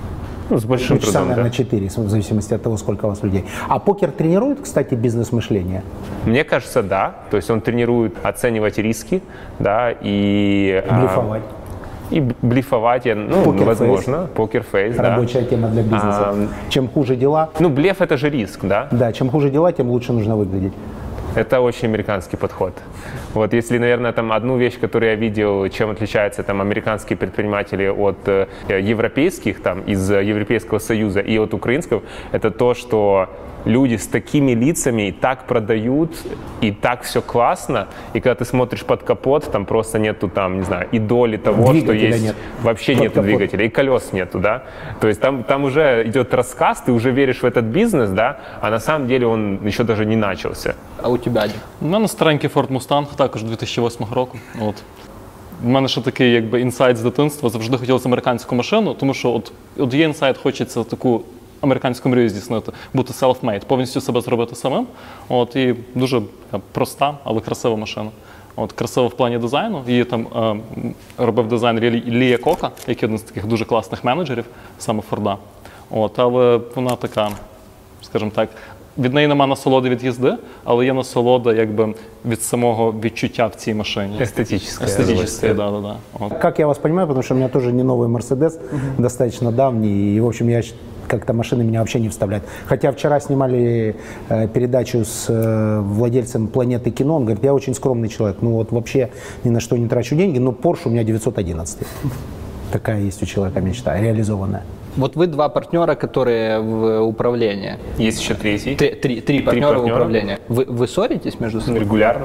Ну, с большим ну, часа, трудом, наверное, да. четыре, в зависимости от того, сколько у вас людей. А покер тренирует, кстати, бизнес-мышление? Мне кажется, да. То есть он тренирует оценивать риски, да, и... Блефовать. А, и блефовать, ну, Покер возможно, покер-фейс, да. Рабочая тема для бизнеса. А, чем хуже дела... Ну, блеф – это же риск, да? Да, чем хуже дела, тем лучше нужно выглядеть. Это очень американский подход. Вот если, наверное, там одну вещь, которую я видел, чем отличаются там американские предприниматели от э, европейских, там, из Европейского Союза и от украинского, это то, что люди с такими лицами и так продают, и так все классно, и когда ты смотришь под капот, там просто нету, там, не знаю, и доли того, двигателя что есть. Нет. Вообще Под нету капот. двигателя, и колес нету, да. То есть там, там уже идет рассказ, ты уже веришь в этот бизнес, да, а на самом деле он еще даже не начался. А у тебя, Дим? У мене старенький Ford Mustang, також дві тисячі восьмого року. От. У мене ще такий якби інсайт з дитинства, завжди хотілося американську машину, тому що от, от є інсайт, хочеться таку американську мрію здійснити, бути self-made, повністю себе зробити самим. От, і дуже проста, але красива машина. От, красива в плані дизайну. Її там е, робив дизайн Лія Кока, який один з таких дуже класних менеджерів, саме Форда. От, але вона така, скажімо так, від неї нема насолоди від їзди, але є насолода якби від самого відчуття в цій машині. Эстетическое. Эстетическое, да, да, да. Вот. Как я вас понимаю, потому что у меня тоже не новый Мерседес, uh-huh. достаточно давний, и, в общем, я как-то машина меня вообще не вставляет. Хотя вчера снимали э, передачу с э, владельцем «Планеты кино», он говорит, я очень скромный человек, ну вот вообще ни на что не трачу деньги, но Porsche у меня девятьсот одиннадцать. Такая есть у человека мечта, реализованная. Вот вы два партнера, которые в управлении. Есть еще третий. Три, три, три партнера партнера. в управлении. Вы, вы ссоритесь между собой? Регулярно.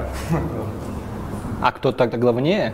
А кто тогда главнее?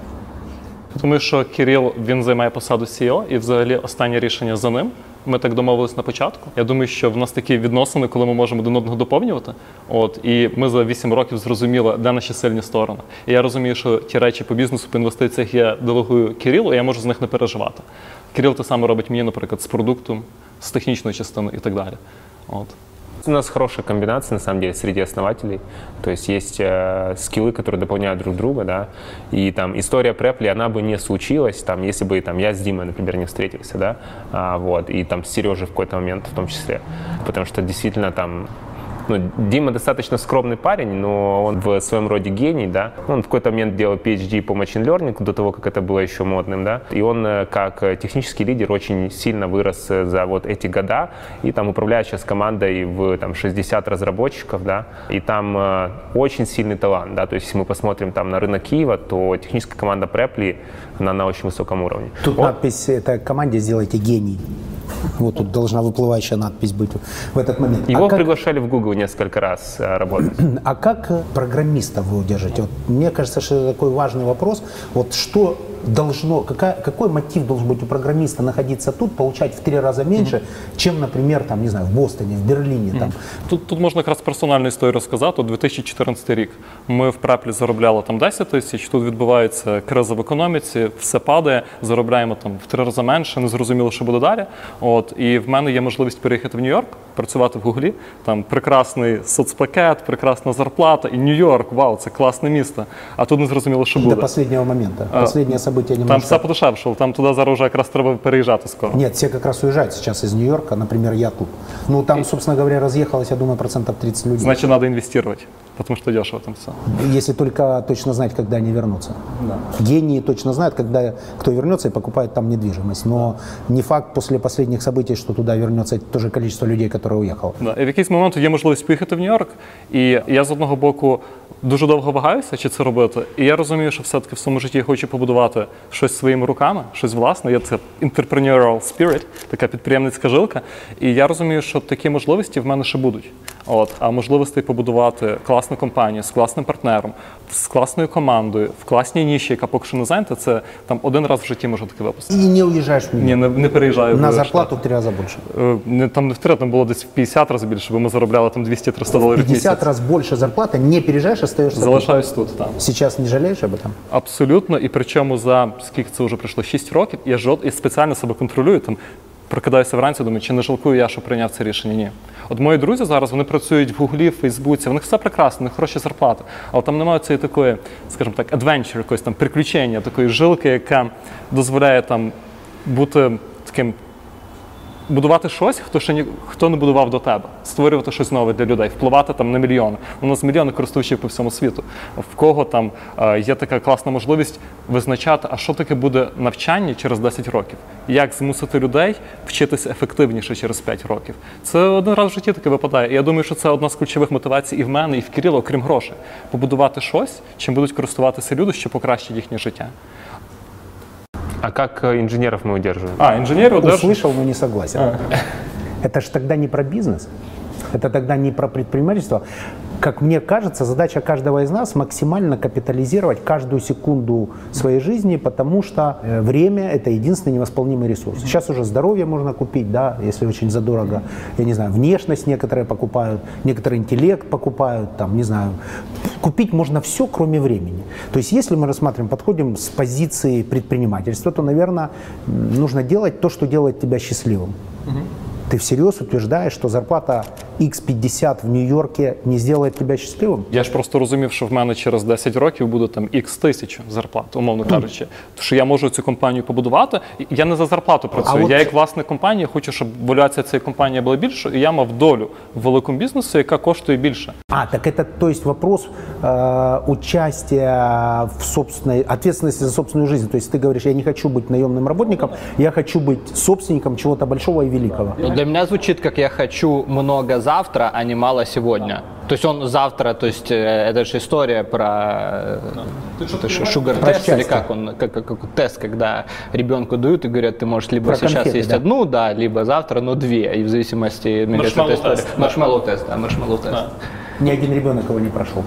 Тому що Кирил, він займає посаду сі і о, і взагалі останнє рішення за ним. Ми так домовились на початку. Я думаю, що в нас такі відносини, коли ми можемо один одного доповнювати. От, і ми за вісім років зрозуміли, де наші сильні сторони. І я розумію, що ті речі по бізнесу, по інвестиціях я делегую Кирилу, і я можу з них не переживати. Кирил те саме робить мені, наприклад, з продуктом, з технічної частини і так далі. От. У нас хорошая комбинация, на самом деле, среди основателей. То есть есть э, скиллы, которые дополняют друг друга, да. И там история Preply, она бы не случилась, там, если бы там, я с Димой, например, не встретился, да. А, вот, и там с Сережей в какой-то момент в том числе. Потому что действительно там... Ну, Дима достаточно скромный парень, но он в своем роде гений, да. Он в какой-то момент делал пи эйч ди по machine learning, до того, как это было еще модным, да. И он, как технический лидер, очень сильно вырос за вот эти года. И там управляет сейчас командой в там, шестьдесят разработчиков, да. И там э, очень сильный талант, да. То есть, если мы посмотрим там на рынок Киева, то техническая команда Preply, она на очень высоком уровне. Тут он... надпись «Это команде сделайте гений». Вот тут должна выплывающая надпись быть в этот момент. Его а как, приглашали в Google несколько раз а, работать. А как программистов вы удержите? Вот мне кажется, что это такой важный вопрос. Вот что должно, какая, какой мотив должен быть у программиста находиться тут, получать в три раза меньше, mm-hmm. чем, например, там, не знаю, в Бостоне, в Берлине? Mm-hmm. Там. Тут, тут можна якраз персональну історію розказати. У дві тисячі чотирнадцятий рік ми в Preply заробляли там десять тисяч, тут відбувається криза в економіці, все падає, заробляємо там в три рази менше, не зрозуміло, що буде далі. От, і в мене є можливість переїхати в Нью-Йорк, працювати в Гуглі, там прекрасний соцпакет, прекрасна зарплата, і Нью-Йорк, вау, це класне місто. А тут не зрозуміло, що буде. До останнього моменту. Останнє событие немножко... Там все подешевшало, там туди зараз вже якраз треба переїжджати скоро. Нет, все как раз уезжают сейчас из Нью-Йорка, например, я тут. Ну, там, собственно говоря, разъехалось, я думаю, процентов тридцать людей. Значит, надо инвестировать, потому что дешево там все. Если только точно знать, когда они вернутся. Да. Гении точно знают, когда кто вернется и покупает там недвижимость. Но не факт после последних событий, что туда вернется то же количество людей, которое уехало. Да. І в якийсь момент є можливість поїхати в Нью-Йорк, і я з одного боку дуже довго вагаюся, чи це робити. І я розумію, що все-таки в своєму житті я хочу побудувати щось своїми руками, щось власне. Є це entrepreneurial spirit, така підприємницька жилка. І я розумію, що такі можливості в мене ще будуть. От, а можливостей побудувати класну компанію з класним партнером, з класною командою, в класній ніші, яка поки що не зайнята, це там один раз в житті можу таки випустити. И не уезжаешь в Нью-Йорк? Ні, не, не переїжджаю. На в зарплату Штати. в три раза больше? Е, Не, там не в три, там було десь в п'ятдесят разів більше, бо ми заробляли там двісті-триста доларів в місяць. пятьдесят раз больше зарплаты, не переезжаешь, остаешься Залишаюсь тут, там. Сейчас не жалеешь об этом? Абсолютно, і причому за скільки це вже пройшло, шість років, я жод і спеціально себе контролюю, там прокидаюся вранці, думаю, чи не жалкую я, що прийняв це рішення? Ні. От мої друзі зараз, вони працюють в Гуглі, в Фейсбуці, в них все прекрасно, в них хороші зарплати, але там немає цієї такої, скажімо так, adventure, якоїсь там приключення, такої жилки, яка дозволяє там бути таким будувати щось, хто ще ні, хто не будував до тебе, створювати щось нове для людей, впливати там на мільйони. У нас мільйони користувачів по всьому світу. В кого там е, є така класна можливість визначати, а що таке буде навчання через десять років, як змусити людей вчитися ефективніше через п'ять років. Це один раз в житті таке випадає. І я думаю, що це одна з ключових мотивацій і в мене, і в Кирила, окрім грошей. Побудувати щось, чим будуть користуватися люди, що покращить їхнє життя. А как инженеров мы удерживаем? А, инженеры удерживают? Услышал, но не согласен. А. Это же тогда не про бизнес, это тогда не про предпринимательство. Как мне кажется, задача каждого из нас максимально капитализировать каждую секунду своей жизни, потому что время – это единственный невосполнимый ресурс. Сейчас уже здоровье можно купить, да, если очень задорого. Я не знаю, внешность некоторые покупают, некоторые интеллект покупают, там, не знаю. Купить можно все, кроме времени. То есть, если мы рассматриваем, подходим с позиции предпринимательства, то, наверное, нужно делать то, что делает тебя счастливым. Угу. Ты всерьез утверждаешь, что зарплата ікс п'ятдесят в Нью-Йорке не сделает тебя щасливим? Я ж просто розумів, що в мене через десять років буде там ікс тисяч зарплат, умовно кажучи. Тому що я можу цю компанію побудувати. Я не за зарплату працюю. А я от... як власник компанії хочу, щоб валюація цієї компанії була більшою, і я мав долю в великому бізнесу, яка коштує більше. А, так это, то есть вопрос э, участия в собственной, ответственности за собственную жизнь. То есть ты говоришь, я не хочу быть наемным работником, я хочу быть собственником чего-то большого и великого. Для меня звучит, как я хочу много завтра, а не мало сегодня. То есть он завтра, то есть это же история про шугар-тест, или как он, как, как, как тест, когда ребенку дают и говорят, ты можешь либо про сейчас конфеты, есть да. одну, да, либо завтра, но две, и в зависимости... Маршмеллоу-тест. Маршмеллоу-тест, да, маршмеллоу-тест. Да. Ни один ребенок его не прошел.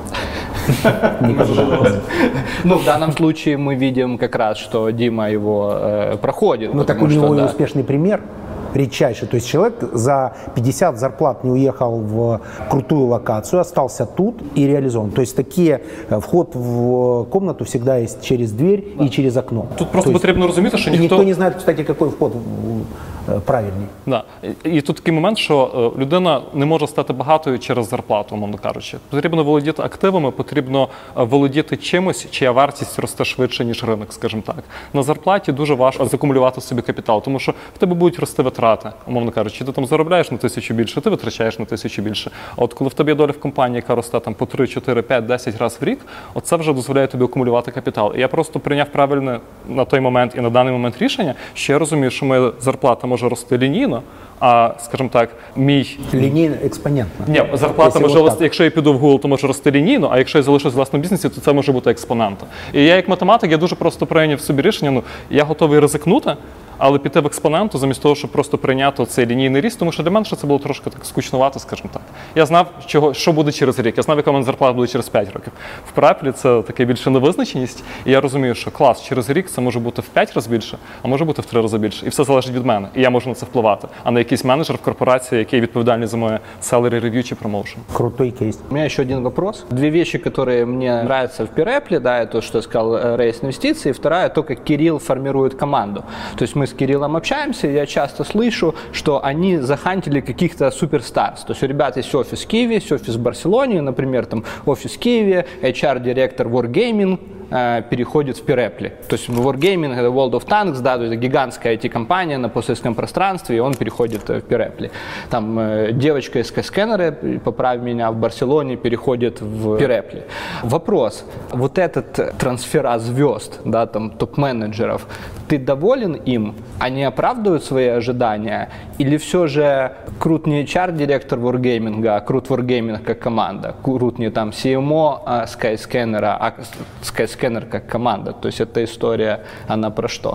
Ну, в данном случае мы видим как раз, что Дима его э, проходит. Ну, так у него и успешный пример. Редчайший. То есть человек за пятьдесят зарплат не уехал в крутую локацию, остался тут и реализован. То есть такие, вход в комнату всегда есть через дверь да. и через окно. Тут просто потрібно розуміти, що ніхто... Никто не знает, кстати, какой вход правильний. Да. І тут такий момент, що людина не може стати багатою через зарплату, умовно кажучи. Потрібно володіти активами, потрібно володіти чимось, чия вартість росте швидше, ніж ринок, скажімо так. На зарплаті дуже важко закумулювати собі капітал, тому що в тебе будуть рости витрати, умовно кажучи. Ти там заробляєш на тисячу більше, ти витрачаєш на тисячу більше. А от коли в тебе є доля в компанії, яка росте там по три, чотири, п'ять, десять разів в рік, оце вже дозволяє тобі акумулювати капітал. І я просто прийняв правильне на той момент і на даний момент рішення, що я розумію, що моя зарплата може рости лінійно, а, скажімо так, мій... Лінійно, експонентно. Ні, зарплата може рости, якщо я піду в Google, то може рости лінійно, а якщо я залишусь в власному бізнесі, то це може бути експонентом. І я як математик, я дуже просто прийняв собі рішення, ну, я готовий ризикнути, але піти в експоненту замість того, щоб просто прийняти цей лінійний ріст, тому що для мене це було трошки так скучнувато, скажімо так. Я знав, чого, що буде через рік, я знав, яка в мене зарплата буде через п'ять років. В Преплі це таке більше невизначеність, і я розумію, що клас, через рік це може бути в п'ять разів більше, а може бути в три рази більше. І все залежить від мене, і я можу на це впливати, а не якийсь менеджер в корпорації, який відповідальний за моє salary review чи promotion. Крутой кейс. У меня еще один вопрос. Две вещи, которые мне нравятся в Перепле, да, это то, что я сказал, рейс инвестиций, и вторая, то, как Кирилл формирует команду. То есть мы с Кириллом общаемся, и я часто слышу, что они захантили каких-то суперстарс. То есть у ребят есть офис в Киеве, есть офис в Барселоне, например, там офис в Киеве, эйч ар-директор Wargaming переходит в Перепле. То есть Wargaming — это World of Tanks, да, то есть гигантская ай ти-компания на постсоветском пространстве, и он переходит в Перепле. Там э, девочка из Skyscanner, поправь меня, в Барселоне переходит в Перепле. Вопрос. Вот этот трансфера звезд, да, там топ-менеджеров, ты доволен им? Они оправдывают свои ожидания? Или все же крут не эйч ар-директор Wargaming, а крут Wargaming как команда? Крут не там си эм о а Skyscanner, а Skyscanner как команда. То есть эта история, она про что?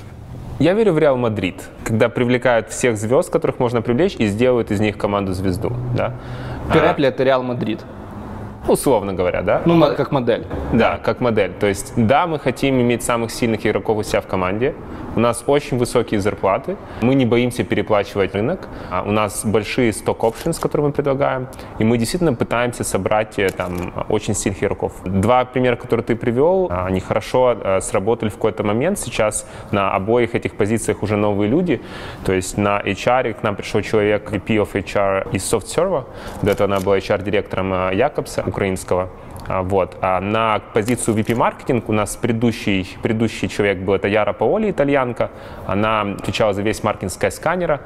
Я верю в Реал Мадрид, когда привлекают всех звезд, которых можно привлечь, и сделают из них команду-звезду. Да? Перепле — это Реал Мадрид. Условно говоря, да? Ну, как модель. Да, как модель. То есть, да, мы хотим иметь самых сильных игроков у себя в команде. У нас очень высокие зарплаты. Мы не боимся переплачивать рынок. У нас большие stock options, которые мы предлагаем. И мы действительно пытаемся собрать там очень сильных игроков. Два примера, которые ты привел, они хорошо сработали в какой-то момент. Сейчас на обоих этих позициях уже новые люди. То есть на эйч ар к нам пришел человек, ви пи of эйч ар из SoftServe. До этого она была эйч ар-директором Якобса, украинского. Вот. А на позицию ви пи-маркетинг у нас предыдущий, предыдущий человек был, это Яра Паоли, итальянка. Она отвечала за весь маркетинг Skyscanner,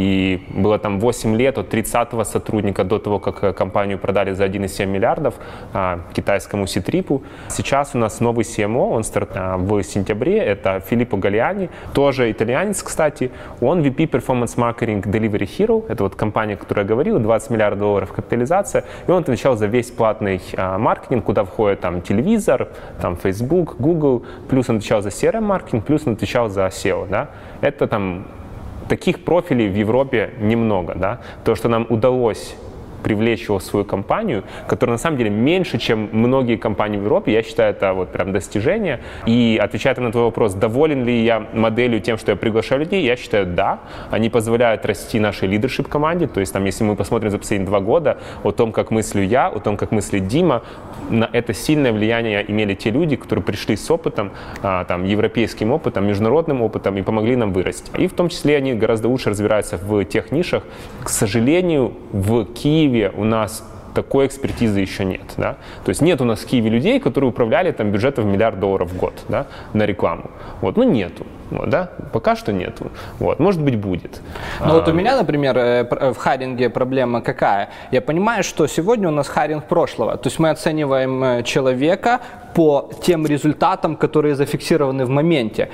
и было там восемь лет от тридцатого сотрудника до того, как компанию продали за один и семь миллиардов а, китайскому Ситрипу. Сейчас у нас новый си эм о, он стартовал в сентябре, это Филиппо Галлиани, тоже итальянец, кстати. Он ви пи Performance Marketing Delivery Hero, это вот компания, о которой я говорил, двадцать миллиардов долларов капитализация, и он отвечал за весь платный а, маркетинг, куда входит там телевизор, там Facebook, Google, плюс он отвечал за си ар эм-маркетинг, плюс он отвечал за сео, да. Это там таких профилей в Европе немного, да. То, что нам удалось привлечь его в свою компанию, которая на самом деле меньше, чем многие компании в Европе. Я считаю, это вот прям достижение. И отвечая на твой вопрос, доволен ли я моделью тем, что я приглашаю людей, я считаю, да. Они позволяют расти нашей лидершип команде. То есть, там, если мы посмотрим за последние два года о том, как мыслю я, о том, как мыслит Дима, на это сильное влияние имели те люди, которые пришли с опытом, там, европейским опытом, международным опытом и помогли нам вырасти. И в том числе они гораздо лучше разбираются в тех нишах. К сожалению, в Киеве у нас такой экспертизы еще нет. Да? То есть нет у нас в Киеве людей, которые управляли там, бюджетом в миллиард долларов в год, да, на рекламу. Вот. Ну нету. Вот, да? Пока что нету. Вот. Может быть, будет. Ну а... вот у меня, например, в хайринге проблема какая? Я понимаю, что сегодня у нас хайринг прошлого. То есть мы оцениваем человека по тем результатам, которые зафиксированы в моменте.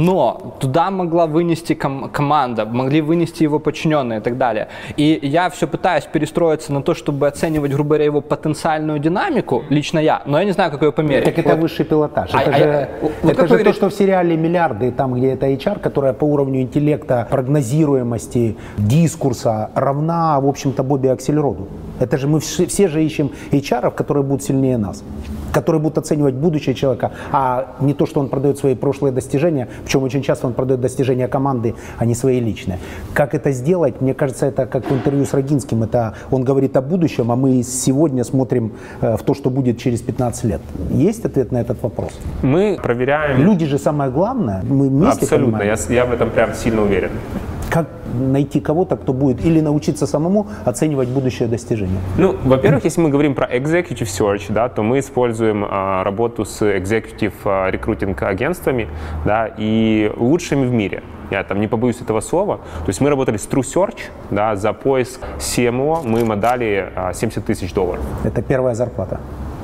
Но туда могла вынести ком- команда, могли вынести его подчиненные и так далее. И я все пытаюсь перестроиться на то, чтобы оценивать, грубо говоря, его потенциальную динамику, лично я, но я не знаю, как ее померить. Так это вот. Высший пилотаж. А, это а, же, а, это же говорит... то, что в сериале «Миллиарды», там, где это эйч ар, которая по уровню интеллекта, прогнозируемости, дискурса равна, в общем-то, Бобби Аксельроду. Это же мы все, все же ищем эйч ар-ов, которые будут сильнее нас, которые будут оценивать будущее человека, а не то, что он продает свои прошлые достижения, причем очень часто он продает достижения команды, а не свои личные. Как это сделать? Мне кажется, это как в интервью с Рогинским, это он говорит о будущем, а мы сегодня смотрим в то, что будет через пятнадцать лет. Есть ответ на этот вопрос? Мы проверяем... Люди же самое главное, мы вместе Абсолютно, я, понимаем. я в этом прям сильно уверен. Как найти кого-то, кто будет или научиться самому оценивать будущее достижение? Ну, во-первых, если мы говорим про executive search, да, то мы используем а, работу с executive а, рекрутинг агентствами, да, и лучшими в мире. Я там не побоюсь этого слова. То есть мы работали с True Search, да, за поиск си эм о мы им отдали а, семьдесят тысяч долларов. Это первая зарплата.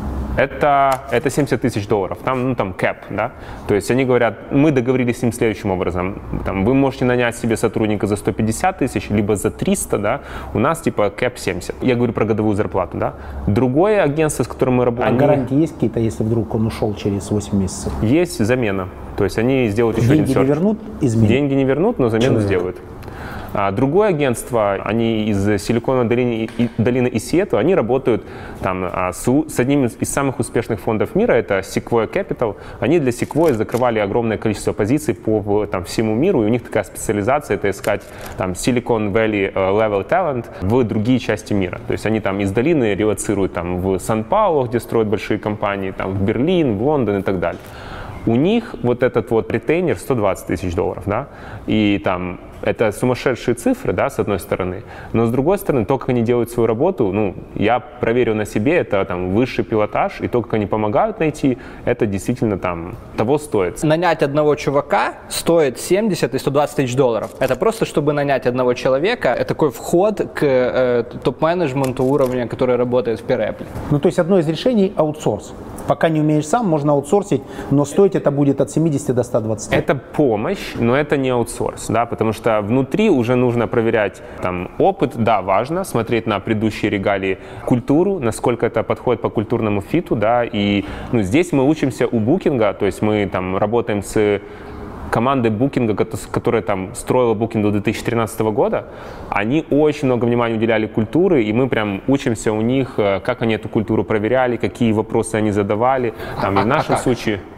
Это, это семьдесят тысяч долларов, там, ну, там, кэп, да, то есть они говорят, мы договорились с ним следующим образом, там, вы можете нанять себе сотрудника за сто пятьдесят тысяч, либо за триста, да, у нас, типа, кэп семьдесят, я говорю про годовую зарплату, да. Другое агентство, с которым мы работаем... А они... гарантии есть какие-то, если вдруг он ушел через восемь месяцев? Есть замена, то есть они сделают еще Деньги один серч. не вернут, изменят? Деньги не вернут, но замену Человек. сделают. А другое агентство, они из Силиконовой долины, долины и Сиэтла, они работают там, с, с одним из, из самых успешных фондов мира, это Sequoia Capital. Они для Sequoia закрывали огромное количество позиций по там, всему миру, и у них такая специализация, это искать там, Silicon Valley Level Talent в другие части мира. То есть они там из долины релоцируют там, в Сан-Паулу, где строят большие компании, там, в Берлин, в Лондон и так далее. У них вот этот вот ретейнер сто двадцать тысяч долларов, да, и там это сумасшедшие цифры, да, с одной стороны, но с другой стороны, то, как они делают свою работу, ну, я проверил на себе, это там высший пилотаж, и то, как они помогают найти, это действительно там того стоит. Нанять одного чувака стоит семьдесят и сто двадцать тысяч долларов. Это просто, чтобы нанять одного человека, это такой вход к э, топ-менеджменту уровня, который работает в Перепле. Ну, то есть одно из решений – аутсорс. Пока не умеешь сам, можно аутсорсить, но стоить это будет от семидесяти до ста двадцати. Это помощь, но это не аутсорс, да, потому что внутри уже нужно проверять там опыт, да, важно, смотреть на предыдущие регалии, культуру, насколько это подходит по культурному фиту, да, и ну, здесь мы учимся у букинга, то есть мы там работаем с команды букинга, которая там строила букинг до две тысячи тринадцатого года, они очень много внимания уделяли культуре, и мы прям учимся у них, как они эту культуру проверяли, какие вопросы они задавали. Там, а, и в нашем а случае...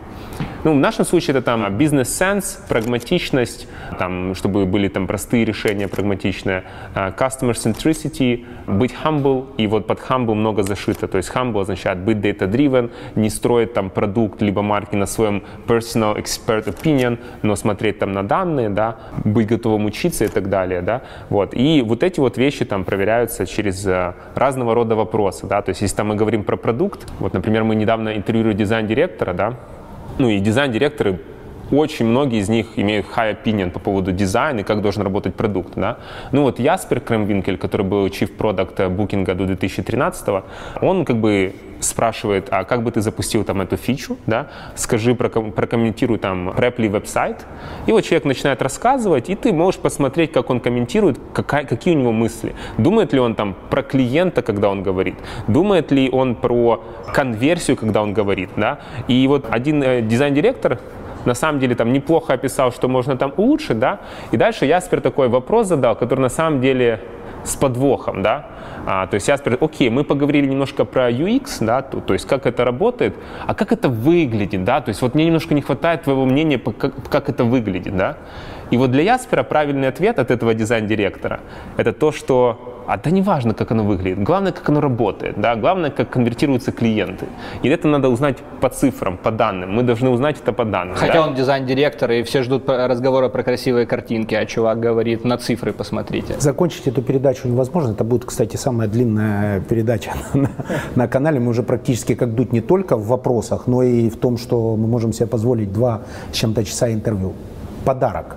Ну, в нашем случае это там бизнес-сенс, прагматичность, там, чтобы были там простые решения, прагматичные, customer centricity, быть humble, и вот под humble много зашито. То есть humble означает быть data-driven, не строить там продукт либо марки на своем personal expert opinion, но смотреть там на данные, да, быть готовым учиться и так далее, да. Вот. И вот эти вот вещи там проверяются через разного рода вопросы, да. То есть если там мы говорим про продукт, вот, например, мы недавно интервьюировали дизайн-директора, да, ну и дизайн-директоры, очень многие из них имеют high opinion по поводу дизайна и как должен работать продукт. Да? Ну вот Яспер Кремвинкель, который был Chief Product Booking до две тысячи тринадцатого, он как бы спрашивает, а как бы ты запустил там эту фичу, да? Скажи, прокомментируй там Preply веб-сайт. И вот человек начинает рассказывать, и ты можешь посмотреть, как он комментирует, какая, какие у него мысли. Думает ли он там про клиента, когда он говорит? Думает ли он про конверсию, когда он говорит? Да? И вот один э, дизайн-директор на самом деле там неплохо описал, что можно там улучшить, да, и дальше Яспер такой вопрос задал, который на самом деле с подвохом, да, а, то есть Яспер, окей, мы поговорили немножко про ю экс, да, то, то есть как это работает, а как это выглядит, да, то есть вот мне немножко не хватает твоего мнения, как, как это выглядит, да, и вот для Яспера правильный ответ от этого дизайн-директора — это то, что а да не важно, как оно выглядит, главное, как оно работает, да, главное, как конвертируются клиенты. И это надо узнать по цифрам, по данным. Мы должны узнать это по данным. Хотя да? он дизайн-директор, и все ждут разговора про красивые картинки, а чувак говорит, на цифры посмотрите. Закончить эту передачу невозможно. Это будет, кстати, самая длинная передача на, на канале. Мы уже практически как дуть не только в вопросах, но и в том, что мы можем себе позволить два с чем-то часа интервью. Подарок.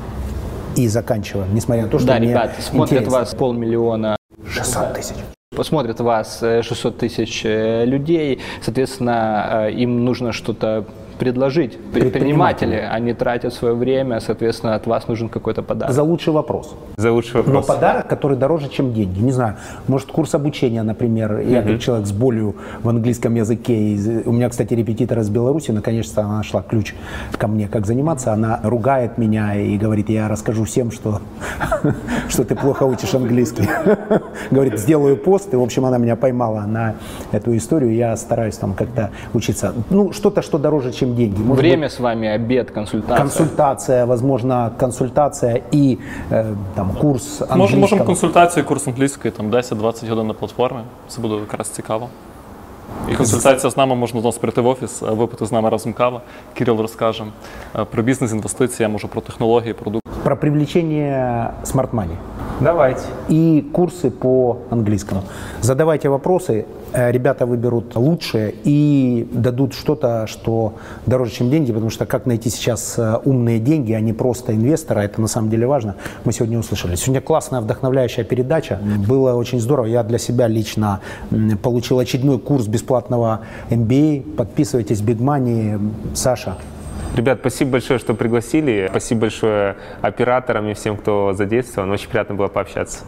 И заканчиваем, несмотря на то, что да, мне ребят, смотрят интересно. вас полмиллиона. шестьсот тысяч. Посмотрят вас шестьсот тысяч людей, соответственно, им нужно что-то предложить. Предприниматели, они тратят свое время, соответственно, от вас нужен какой-то подарок. За лучший вопрос. За лучший вопрос. Но подарок, который дороже, чем деньги. Не знаю, может, курс обучения, например. Я как человек с болью в английском языке. У меня, кстати, репетитор из Беларуси, наконец-то она нашла ключ ко мне, как заниматься. Она ругает меня и говорит, я расскажу всем, что, что ты плохо учишь английский. Говорит, сделаю пост. И, в общем, она меня поймала на эту историю. Я стараюсь там как-то учиться. Ну, что-то, что дороже, чем деньги. Может Время быть, с вами, обед, консультация. Консультация, возможно, консультация і е, там курс англійського. Можемо можем консультацію, курс англійської, там десять-двадцять годин на платформі. Це буде якраз цікаво. І консультація з нами, можна до нас прийти в офіс, випити з нами разом каву. Кирил розкаже про бізнес, інвестиції, я можу про технології, продукти. Про привлечение smart money. Давайте. И курсы по английскому. Задавайте вопросы, ребята выберут лучшее и дадут что-то, что дороже, чем деньги, потому что как найти сейчас умные деньги, а не просто инвестора, это на самом деле важно. Мы сегодня услышали. Сегодня классная, вдохновляющая передача. Было очень здорово. Я для себя лично получил очередной курс бесплатного эм би эй. Подписывайтесь, Big Money. Саша. Ребят, спасибо большое, что пригласили. Спасибо большое операторам и всем, кто задействован. Очень приятно было пообщаться.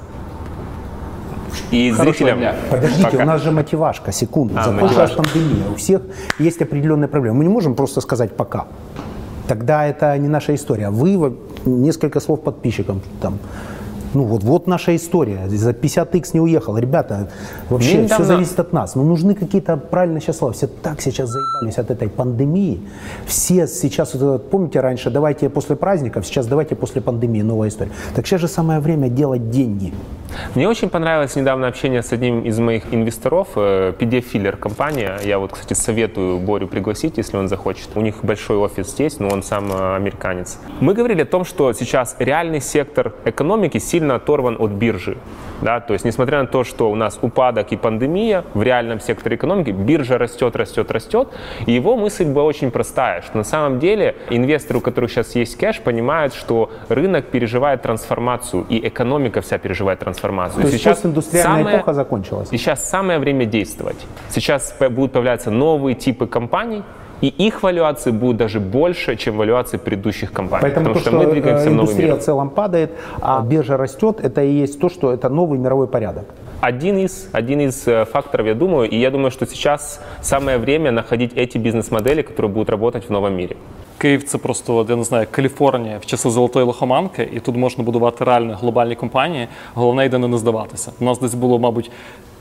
И Хорошего зрителям. дня. Подождите, Пока. у нас же мотивашка, секунду. А, Закончилась мотивашка. пандемия. У всех есть определенные проблемы. Мы не можем просто сказать «пока». Тогда это не наша история. Вы, несколько слов подписчикам там. Ну вот, вот наша история. За пятьдесят икс не уехал. Ребята, вообще Мне недавно- все зависит от нас. Но нужны какие-то правильные сейчас слова. Все так сейчас заебались от этой пандемии. Все сейчас, вот, помните раньше, давайте после праздников, сейчас давайте после пандемии, новая история. Так сейчас же самое время делать деньги. Мне очень понравилось недавно общение с одним из моих инвесторов, э, пи ди эф Filler компания. Я вот, кстати, советую Борю пригласить, если он захочет. У них большой офис здесь, но он сам э, американец. Мы говорили о том, что сейчас реальный сектор экономики сильно оторван от биржи. Да? То есть, несмотря на то, что у нас упадок и пандемия, в реальном секторе экономики биржа растет, растет, растет. И его мысль была очень простая, что на самом деле инвесторы, у которых сейчас есть кэш, понимают, что рынок переживает трансформацию, и экономика вся переживает трансформацию. То есть постиндустриальная самое- эпоха закончилась. И сейчас самое время действовать. Сейчас п- будут появляться новые типы компаний, и их валюации будут даже больше, чем валюации предыдущих компаний. Поэтому потому то, что, что мы двигаемся э, в новый индустрия мир. в целом падает, а биржа растет, это и есть то, что это новый мировой порядок. Один из, один из э, факторов, я думаю, и я думаю, что сейчас самое время находить эти бизнес-модели, которые будут работать в новом мире. Київ – це просто, от, я не знаю, Каліфорнія в часи золотої лихоманки, і тут можна будувати реально глобальні компанії. Головне, єдине, не здаватися. У нас десь було, мабуть,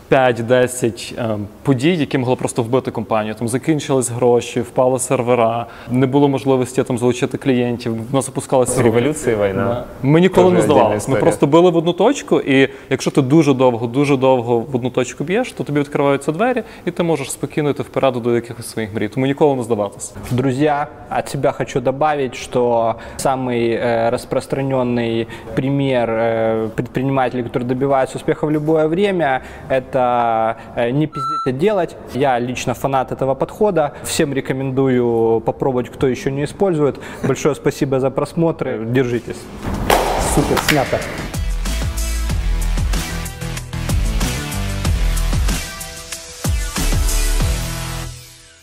п'ять-десять е, подій, які могли просто вбити компанію. Там закінчились гроші, впали сервера, не було можливості там залучити клієнтів, в нас опускалися Революція, війна. Ми ніколи Тоже не здавалися. Ми отдельна просто били в одну точку, і якщо ти дуже довго, дуже довго в одну точку б'єш, то тобі відкриваються двері, і ти можеш спокійно йти вперед до якихось своїх мрій. Тому ніколи не здаватися. Друзья, от себя хочу добавить, что самый э, распространенный пример э, предпринимателей, которые добиваются успеха в любое время, это э, не пиздеть, а делать. Я лично фанат этого подхода. Всем рекомендую попробовать, кто еще не использует. Большое спасибо за просмотр. Держитесь. Супер, снято.